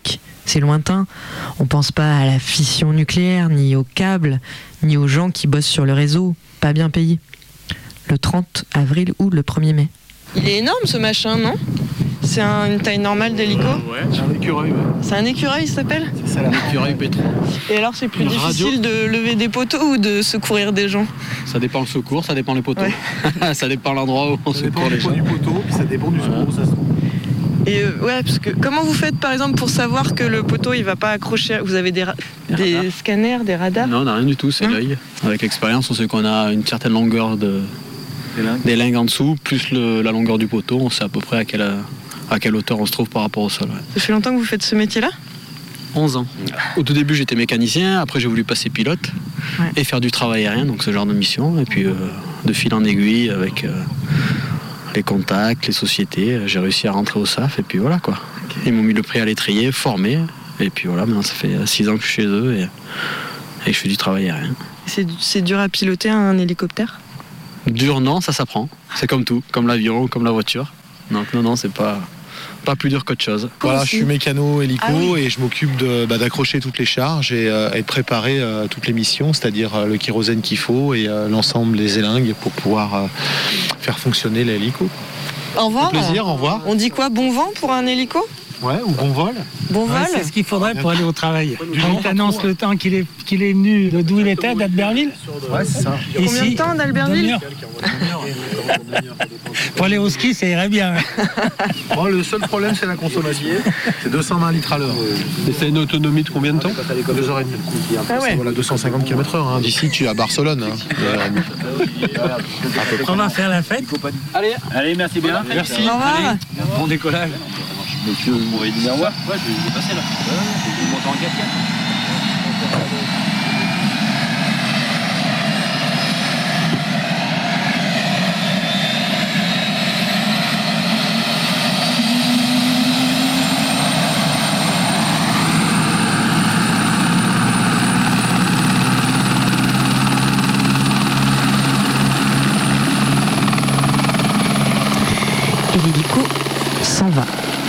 c'est lointain. On pense pas à la fission nucléaire, ni aux câbles, ni aux gens qui bossent sur le réseau, pas bien payés. Le trente avril ou le premier mai. Il est énorme ce machin, non ? C'est un, une taille normale d'hélico ? Ouais, c'est un écureuil. Ouais. C'est un écureuil, ça s'appelle ? C'est ça, l'écureuil pétron. Et alors, c'est plus Une difficile radio. de lever des poteaux ou de secourir des gens ? Ça dépend le secours, ça dépend les poteaux. Ouais. Ça dépend l'endroit où on Ça secourt dépend les du gens. poids du poteau, puis ça dépend du secours où ça se trouve. Et euh, ouais, parce que comment vous faites par exemple pour savoir que le poteau il va pas accrocher ? Vous avez des, ra- des, des scanners, des radars ? Non, on n'a rien du tout, c'est Hein l'œil. Avec l'expérience, on sait qu'on a une certaine longueur de... des lingues en dessous, plus le- la longueur du poteau, on sait à peu près à quelle, à quelle hauteur on se trouve par rapport au sol. Ouais. Ça fait longtemps que vous faites ce métier-là ? onze ans. Au tout début, j'étais mécanicien, après j'ai voulu passer pilote Ouais. et faire du travail aérien, donc ce genre de mission. Et puis euh, de fil en aiguille avec euh, les contacts, les sociétés, j'ai réussi à rentrer au S A F et puis voilà quoi. Ils m'ont mis le prix à l'étrier, formé, et puis voilà, maintenant ça fait six ans que je suis chez eux et, et je fais du travail aérien. C'est, c'est dur à piloter un hélicoptère ? Dur, non, ça s'apprend. C'est comme tout, comme l'avion, comme la voiture. Donc non, non, c'est pas, pas plus dur qu'autre chose. Voilà, je suis mécano hélico Ah oui. et je m'occupe de, bah, d'accrocher toutes les charges et, euh, et de préparer euh, toutes les missions, c'est-à-dire euh, le kérosène qu'il faut et euh, l'ensemble des élingues pour pouvoir euh, faire fonctionner l'hélico. Au revoir. Au plaisir, au revoir. On dit quoi ? Bon vent pour un hélico ? Ouais, ou bon vol. Bon vol ? C'est ce qu'il faudrait pour aller au travail. On t'annonce le temps qu'il est, qu'il est venu de d'où il était, d'Albertville. Ouais, c'est ça. Combien de temps d'Albertville ? Pour aller au ski, ça irait bien. Bon, le seul problème, c'est la consommation. C'est deux cent vingt litres à l'heure. Et c'est une autonomie de combien de temps ? deux heures trente. Ah ouais. Voilà, deux cent cinquante kilomètres heure. Hein. D'ici, tu es à Barcelone. Hein. deux heures trente. On va faire la fête. Allez, allez, merci bien. Merci. Au revoir. Allez, bon décollage. Monsieur, vous m'aurez dit au revoir. Ouais, je vais passer là. Je vais monter en quatre quatre. Et l'hélico s'en va.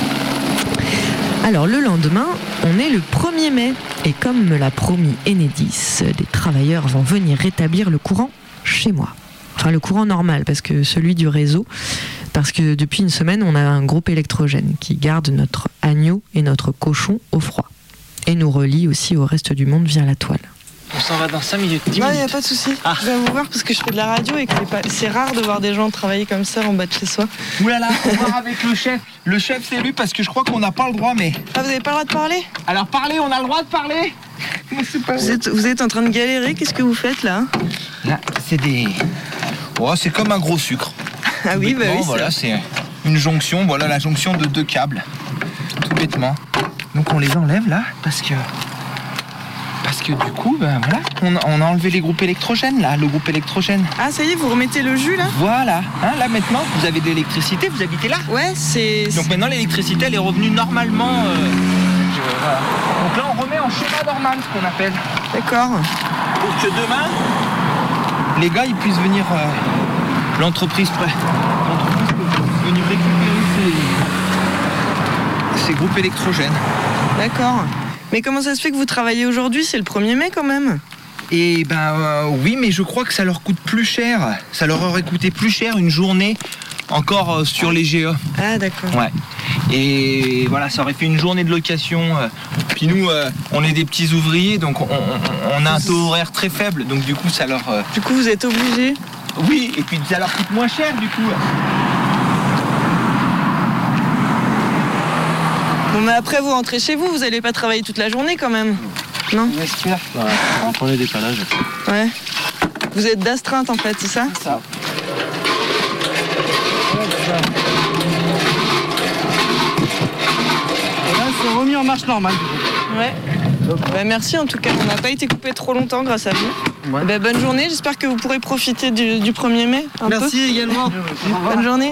Alors le lendemain, on est le premier mai et comme me l'a promis Enedis, les travailleurs vont venir rétablir le courant chez moi. Enfin le courant normal parce que celui du réseau, parce que depuis une semaine on a un groupe électrogène qui garde notre agneau et notre cochon au froid et nous relie aussi au reste du monde via la toile. On s'en va dans cinq minutes, dix Non, il minutes. n'y a pas de souci. Ah. Je vais vous voir parce que je fais de la radio et que c'est, pas... c'est rare de voir des gens travailler comme ça en bas de chez soi. Ouh là là, on va voir avec le chef. Le chef c'est lui parce que je crois qu'on n'a pas le droit mais... Ah, vous n'avez pas le droit de parler ? Alors parlez, on a le droit de parler. Vous êtes, vous êtes en train de galérer, qu'est-ce que vous faites là ? Là, c'est des... Oh, c'est comme un gros sucre. Ah oui, bah Bêtement, oui, c'est- voilà, c'est une jonction, voilà la jonction de deux câbles. Tout bêtement. Donc on les enlève là parce que... Parce que du coup, ben voilà, on a, on a enlevé les groupes électrogènes là, le groupe électrogène. Ah, ça y est, vous remettez le jus là ? Voilà, hein, là maintenant, vous avez de l'électricité, vous habitez là. Ouais, c'est... Donc maintenant l'électricité elle est revenue normalement. euh, euh, voilà. Donc là on remet en schéma normal ce qu'on appelle. D'accord. Pour que demain, les gars ils puissent venir, euh, l'entreprise près, l'entreprise peut venir récupérer ces, ces groupes électrogènes. D'accord. Mais comment ça se fait que vous travaillez aujourd'hui ? C'est le premier mai quand même. Et ben euh, oui, mais je crois que ça leur coûte plus cher. Ça leur aurait coûté plus cher une journée encore euh, sur les G E. Ah d'accord. Ouais. Et voilà, ça aurait fait une journée de location. euh. Puis nous, euh, on est des petits ouvriers, donc on, on- on a un taux horaire très faible. Donc du coup, ça leur... euh, Du coup, vous êtes obligé ? Oui, et puis ça leur coûte moins cher du coup. Bon, mais après, vous rentrez chez vous, vous n'allez pas travailler toute la journée quand même ? Non ? J'espère. On prend les décalages. Ouais. Vous êtes d'astreinte en fait, c'est ça ? C'est ça. Et là, c'est remis en marche normale. Ouais. Bah, merci en tout cas, on n'a pas été coupé trop longtemps grâce à vous. Ouais. Bah, bonne journée, j'espère que vous pourrez profiter du, du premier mai un peu. Merci également. Bonne journée.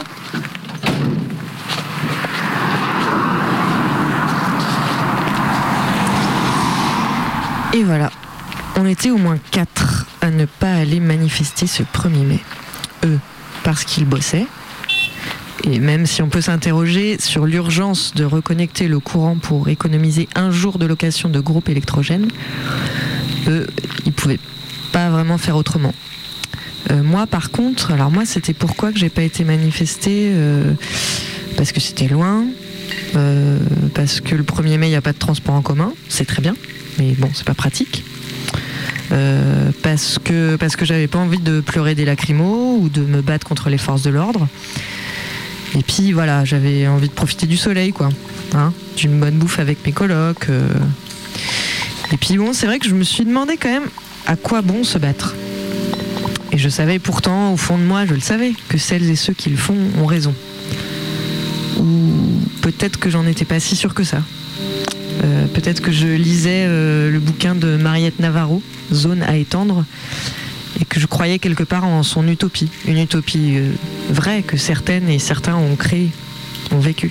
Et voilà, on était au moins quatre à ne pas aller manifester ce premier mai. Eux, parce qu'ils bossaient, Et même si on peut s'interroger sur l'urgence de reconnecter le courant pour économiser un jour de location de groupes électrogènes, eux, ils pouvaient pas vraiment faire autrement. Euh, moi, par contre, alors moi, c'était pourquoi que j'ai pas été manifestée, euh, parce que c'était loin, euh, parce que le premier mai, il n'y a pas de transport en commun, c'est très bien, mais bon, c'est pas pratique. Euh, parce que parce que j'avais pas envie de pleurer des lacrymos ou de me battre contre les forces de l'ordre. Et puis voilà, j'avais envie de profiter du soleil, quoi, hein, d'une bonne bouffe avec mes colocs. Euh... Et puis bon, c'est vrai que je me suis demandé quand même à quoi bon se battre. Et je savais pourtant, au fond de moi, je le savais, que celles et ceux qui le font ont raison. Ou peut-être que j'en étais pas si sûre que ça. Euh, peut-être que je lisais euh, le bouquin de Mariette Navarro, Zone à étendre, et que je croyais quelque part en son utopie. Une utopie euh, vraie que certaines et certains ont créée, ont vécu.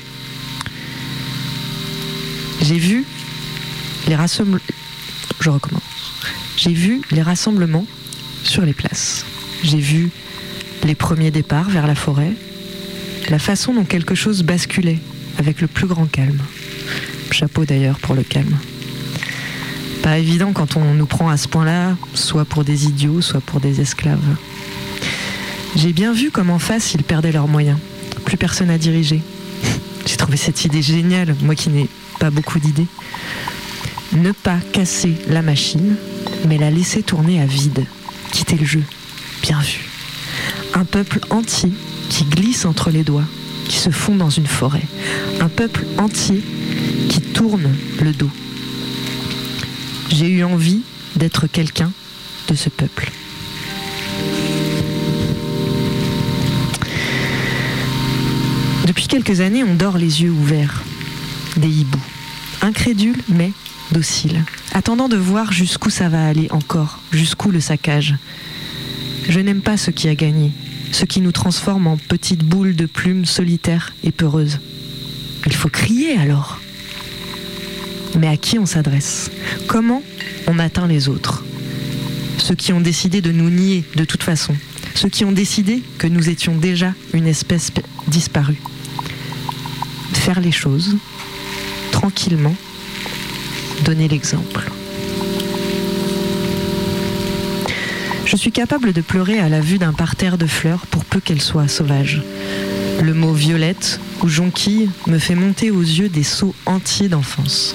J'ai vu les rassemblements... Je recommence. J'ai vu les rassemblements sur les places. J'ai vu les premiers départs vers la forêt, la façon dont quelque chose basculait avec le plus grand calme. Chapeau d'ailleurs pour le calme. Pas évident quand on nous prend à ce point-là, soit pour des idiots, soit pour des esclaves. J'ai bien vu comme en face ils perdaient leurs moyens. Plus personne à diriger. J'ai trouvé cette idée géniale, moi qui n'ai pas beaucoup d'idées. Ne pas casser la machine, mais la laisser tourner à vide. Quitter le jeu. Bien vu. Un peuple entier qui glisse entre les doigts, qui se fond dans une forêt. Un peuple entier qui tourne le dos. J'ai eu envie d'être quelqu'un de ce peuple. Depuis quelques années, on dort les yeux ouverts. Des hiboux. Incrédules, mais dociles. Attendant de voir jusqu'où ça va aller encore, jusqu'où le saccage. Je n'aime pas ce qui a gagné, ce qui nous transforme en petites boules de plumes solitaires et peureuses. Il faut crier alors. Mais à qui on s'adresse? Comment on atteint les autres? Ceux qui ont décidé de nous nier de toute façon. Ceux qui ont décidé que nous étions déjà une espèce disparue. Faire les choses tranquillement, donner l'exemple. Je suis capable de pleurer à la vue d'un parterre de fleurs pour peu qu'elles soient sauvages. Le mot violette ou jonquille me fait monter aux yeux des sauts entiers d'enfance.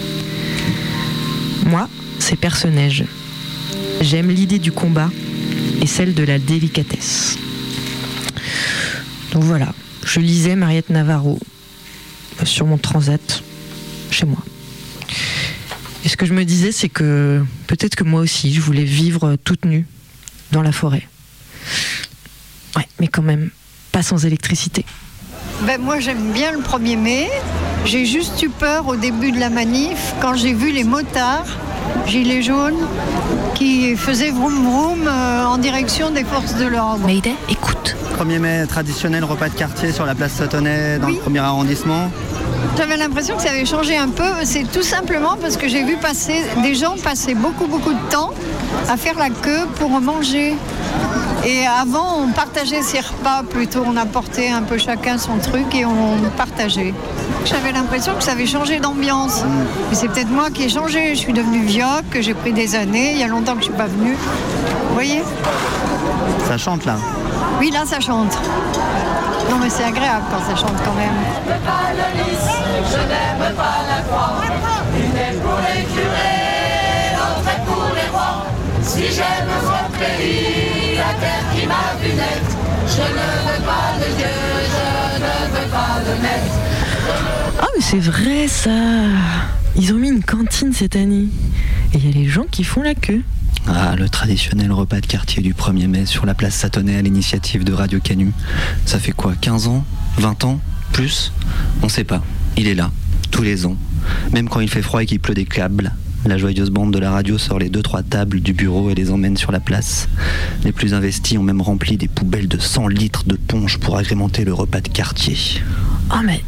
Moi, c'est Perce-Neige. J'aime l'idée du combat et celle de la délicatesse. Donc voilà, je lisais Mariette Navarro sur mon transat chez moi. Et ce que je me disais, c'est que peut-être que moi aussi, je voulais vivre toute nue dans la forêt. Ouais, mais quand même, pas sans électricité. Ben moi, j'aime bien le premier mai. J'ai juste eu peur au début de la manif, quand j'ai vu les motards, gilets jaunes, qui faisaient vroom vroom euh, en direction des forces de l'ordre. Mayday, écoute. premier mai, traditionnel repas de quartier sur la place Satonnet, dans oui. le premier arrondissement. J'avais l'impression que ça avait changé un peu. C'est tout simplement parce que j'ai vu passer des gens passer beaucoup, beaucoup de temps à faire la queue pour manger. Et avant, on partageait ses repas plutôt. On apportait un peu chacun son truc et on partageait. J'avais l'impression que ça avait changé d'ambiance. Mais c'est peut-être moi qui ai changé. Je suis devenue vioque, que j'ai pris des années. Il y a longtemps que je ne suis pas venue. Vous voyez ? Ça chante là ? Oui, là, ça chante. Non, mais c'est agréable quand ça chante quand même. Je n'aime pas le lys, je n'aime pas la croix. Une est pour les curés, l'autre est pour les rois. Si j'aime mon pays, la terre qui m'a vu naître, je ne veux pas de Dieu, je ne veux pas de maître. Ah, mais c'est vrai ça. Ils ont mis une cantine cette année. Et il y a les gens qui font la queue. Ah, le traditionnel repas de quartier du premier mai sur la place Satonnet à l'initiative de Radio Canu. Ça fait quoi, quinze ans? vingt ans? Plus? On sait pas. Il est là, tous les ans. Même quand il fait froid et qu'il pleut des câbles, la joyeuse bande de la radio sort les deux trois tables du bureau et les emmène sur la place. Les plus investis ont même rempli des poubelles de cent litres de punch pour agrémenter le repas de quartier. Oh mais,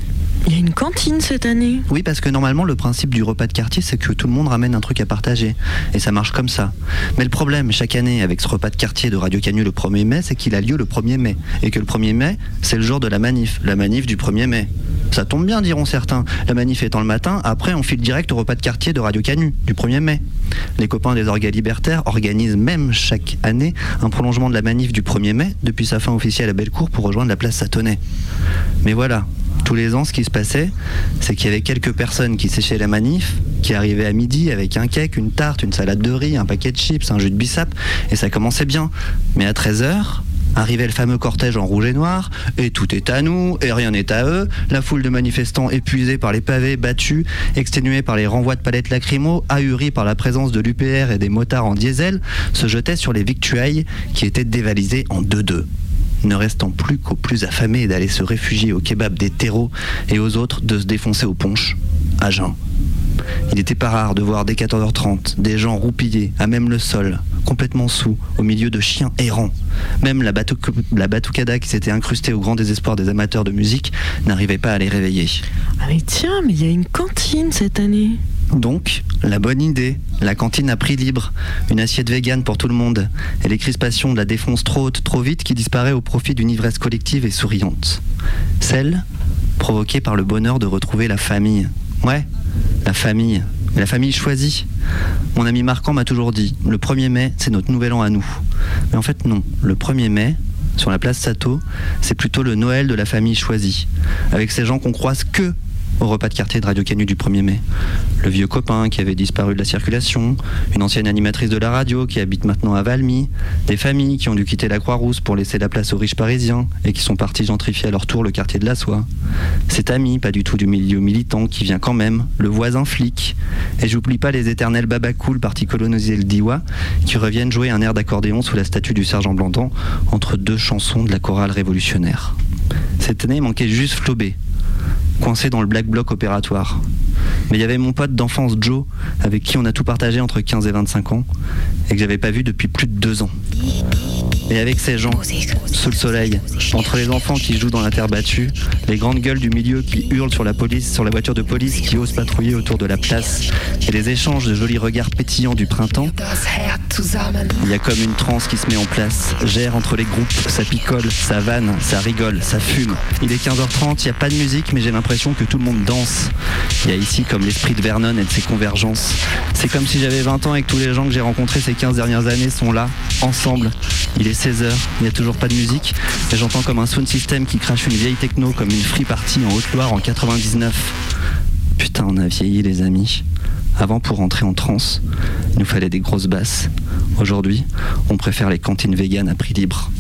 Il y a une cantine cette année. Oui, parce que normalement, le principe du repas de quartier, c'est que tout le monde ramène un truc à partager. Et ça marche comme ça. Mais le problème, chaque année, avec ce repas de quartier de Radio Canu le premier mai, c'est qu'il a lieu le premier mai. Et que le premier mai, c'est le jour de la manif. La manif du premier mai. Ça tombe bien, diront certains. La manif étant le matin, après, on file direct au repas de quartier de Radio Canu, du premier mai. Les copains des orgas libertaires organisent même chaque année un prolongement de la manif du premier mai, depuis sa fin officielle à Bellecour, pour rejoindre la place Satonnet. Mais voilà. Tous les ans, ce qui se passait, c'est qu'il y avait quelques personnes qui séchaient la manif, qui arrivaient à midi avec un cake, une tarte, une salade de riz, un paquet de chips, un jus de bissap, et ça commençait bien. Mais à treize heures, arrivait le fameux cortège en rouge et noir, et tout est à nous, et rien n'est à eux. La foule de manifestants épuisés par les pavés, battus, exténués par les renvois de palettes lacrymo, ahuris par la présence de l'U P R et des motards en diesel, se jetaient sur les victuailles qui étaient dévalisées en deux-deux. Ne restant plus qu'aux plus affamés d'aller se réfugier au kebab des terreaux et aux autres de se défoncer au punch, à jeun. Il n'était pas rare de voir dès quatorze heures trente des gens roupillés, à même le sol, complètement sous, au milieu de chiens errants. Même la, batou- la batucada qui s'était incrustée au grand désespoir des amateurs de musique n'arrivait pas à les réveiller. Ah mais tiens, mais il y a une cantine cette année. Donc, la bonne idée, la cantine à prix libre, une assiette végane pour tout le monde, et les crispations de la défonce trop haute, trop vite qui disparaît au profit d'une ivresse collective et souriante. Celle provoquée par le bonheur de retrouver la famille. Ouais, la famille, mais la famille choisie. Mon ami Marquand m'a toujours dit, le premier mai, c'est notre nouvel an à nous. Mais en fait non, le premier mai, sur la place Sato, c'est plutôt le Noël de la famille choisie, avec ces gens qu'on croise que au repas de quartier de Radio Canu du premier mai. Le vieux copain qui avait disparu de la circulation, une ancienne animatrice de la radio qui habite maintenant à Valmy, des familles qui ont dû quitter la Croix-Rousse pour laisser la place aux riches parisiens et qui sont partis gentrifier à leur tour le quartier de la Soie. Cet ami, pas du tout du milieu militant, qui vient quand même, le voisin flic. Et j'oublie pas les éternels babacools partis coloniser le Diwa, qui reviennent jouer un air d'accordéon sous la statue du sergent Blandan entre deux chansons de la chorale révolutionnaire. Cette année, il manquait juste Flobé, coincé dans le black bloc opératoire. Mais il y avait mon pote d'enfance Joe, avec qui on a tout partagé entre quinze et vingt-cinq ans, et que j'avais pas vu depuis plus de deux ans. Et avec ces gens, sous le soleil, entre les enfants qui jouent dans la terre battue, les grandes gueules du milieu qui hurlent sur la police, sur la voiture de police qui ose patrouiller autour de la place, et les échanges de jolis regards pétillants du printemps, il y a comme une transe qui se met en place. Gère entre les groupes, ça picole, ça vanne, ça rigole, ça fume. Il est quinze heures trente, il n'y a pas de musique, mais j'ai l'impression que tout le monde danse. Il y a ici comme l'esprit de Vernon et de ses convergences. C'est comme si j'avais vingt ans et que tous les gens que j'ai rencontrés ces quinze dernières années sont là, ensemble. Il est seize heures, il n'y a toujours pas de musique, et j'entends comme un sound system qui crache une vieille techno comme une free party en Haute-Loire en quatre-vingt-dix-neuf. Putain, on a vieilli les amis. Avant, pour rentrer en transe, il nous fallait des grosses basses. Aujourd'hui, on préfère les cantines véganes à prix libre.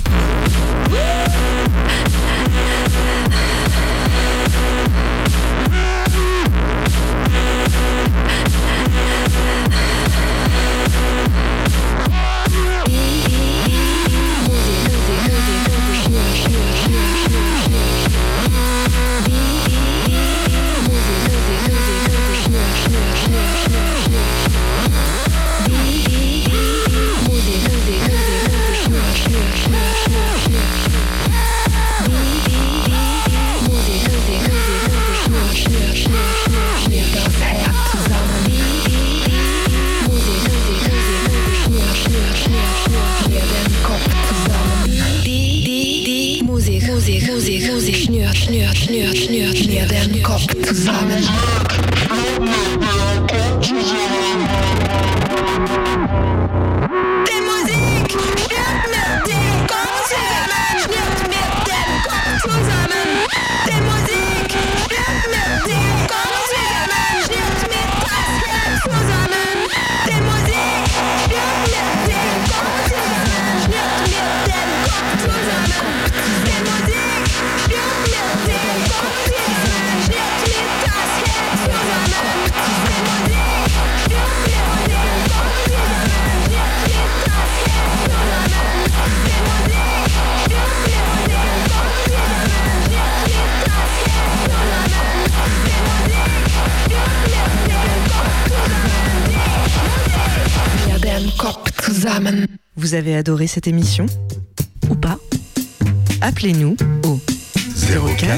Vous avez adoré cette émission ou pas? Appelez-nous au zéro quatre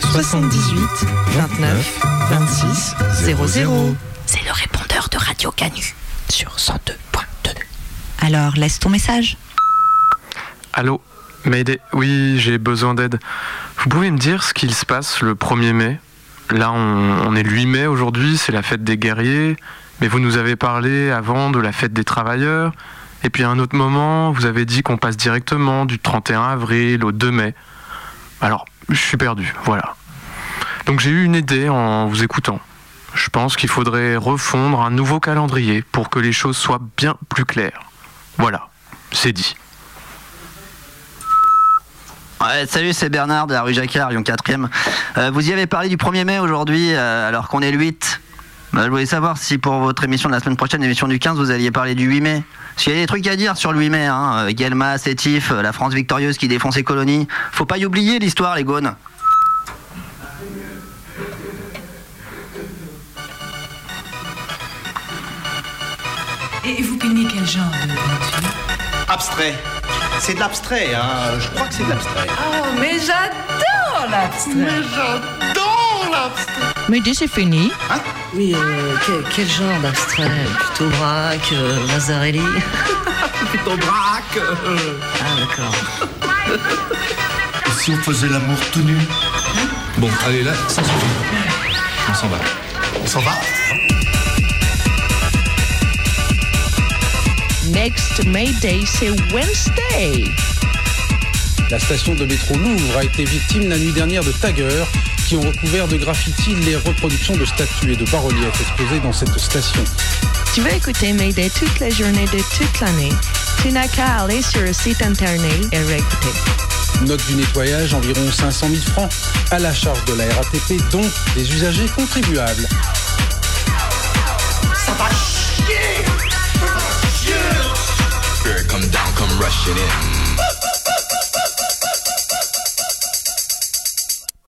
soixante-dix-huit vingt-neuf vingt-six zéro zéro. C'est le répondeur de Radio Canu sur cent deux point deux. Alors, laisse ton message. Allô, Mayday, oui, j'ai besoin d'aide. Vous pouvez me dire ce qu'il se passe le premier mai ? Là, on, on est le huit mai aujourd'hui, c'est la fête des guerriers, mais vous nous avez parlé avant de la fête des travailleurs, et puis à un autre moment, vous avez dit qu'on passe directement du trente et un avril au deux mai. Alors, je suis perdu, voilà. Donc j'ai eu une idée en vous écoutant. Je pense qu'il faudrait refondre un nouveau calendrier pour que les choses soient bien plus claires. Voilà, c'est dit. Ouais, salut, c'est Bernard de la rue Jacquard, Lyon quatrième. Euh, vous y avez parlé du premier mai aujourd'hui, euh, alors qu'on est le huit. Bah, je voulais savoir si pour votre émission de la semaine prochaine, l'émission du quinze, vous alliez parler du huit mai. Parce qu'il y a des trucs à dire sur le huit mai, hein. Guelma, Sétif, la France victorieuse qui défonce ses colonies. Faut pas y oublier l'histoire, les gaunes. Et vous peignez quel genre de peinture ? Abstrait. C'est de l'abstrait, hein. Je crois que c'est de l'abstrait. Oh, mais j'adore l'abstrait. Mais j'adore l'abstrait. Mais déjà c'est fini. Hein ? Oui, euh, quel, quel genre d'abstrait ? Plutôt Braque, euh, Vasarely. Plutôt Braque. Euh... Ah, d'accord. Et si on faisait l'amour tout nu ? Hein ? Bon, allez, là, ça suffit. On s'en va. On s'en va ? Next May Day, c'est Wednesday. La station de métro Louvre a été victime la nuit dernière de taggers qui ont recouvert de graffiti les reproductions de statues et de bas-reliefs exposés dans cette station. Tu veux écouter May Day toute la journée de toute l'année. Tu n'as qu'à aller sur le site internet et réécouter. Note du nettoyage, environ cinq cent mille francs à la charge de la R A T P, dont des usagers contribuables. Ça va chier! Come down, come rushing in.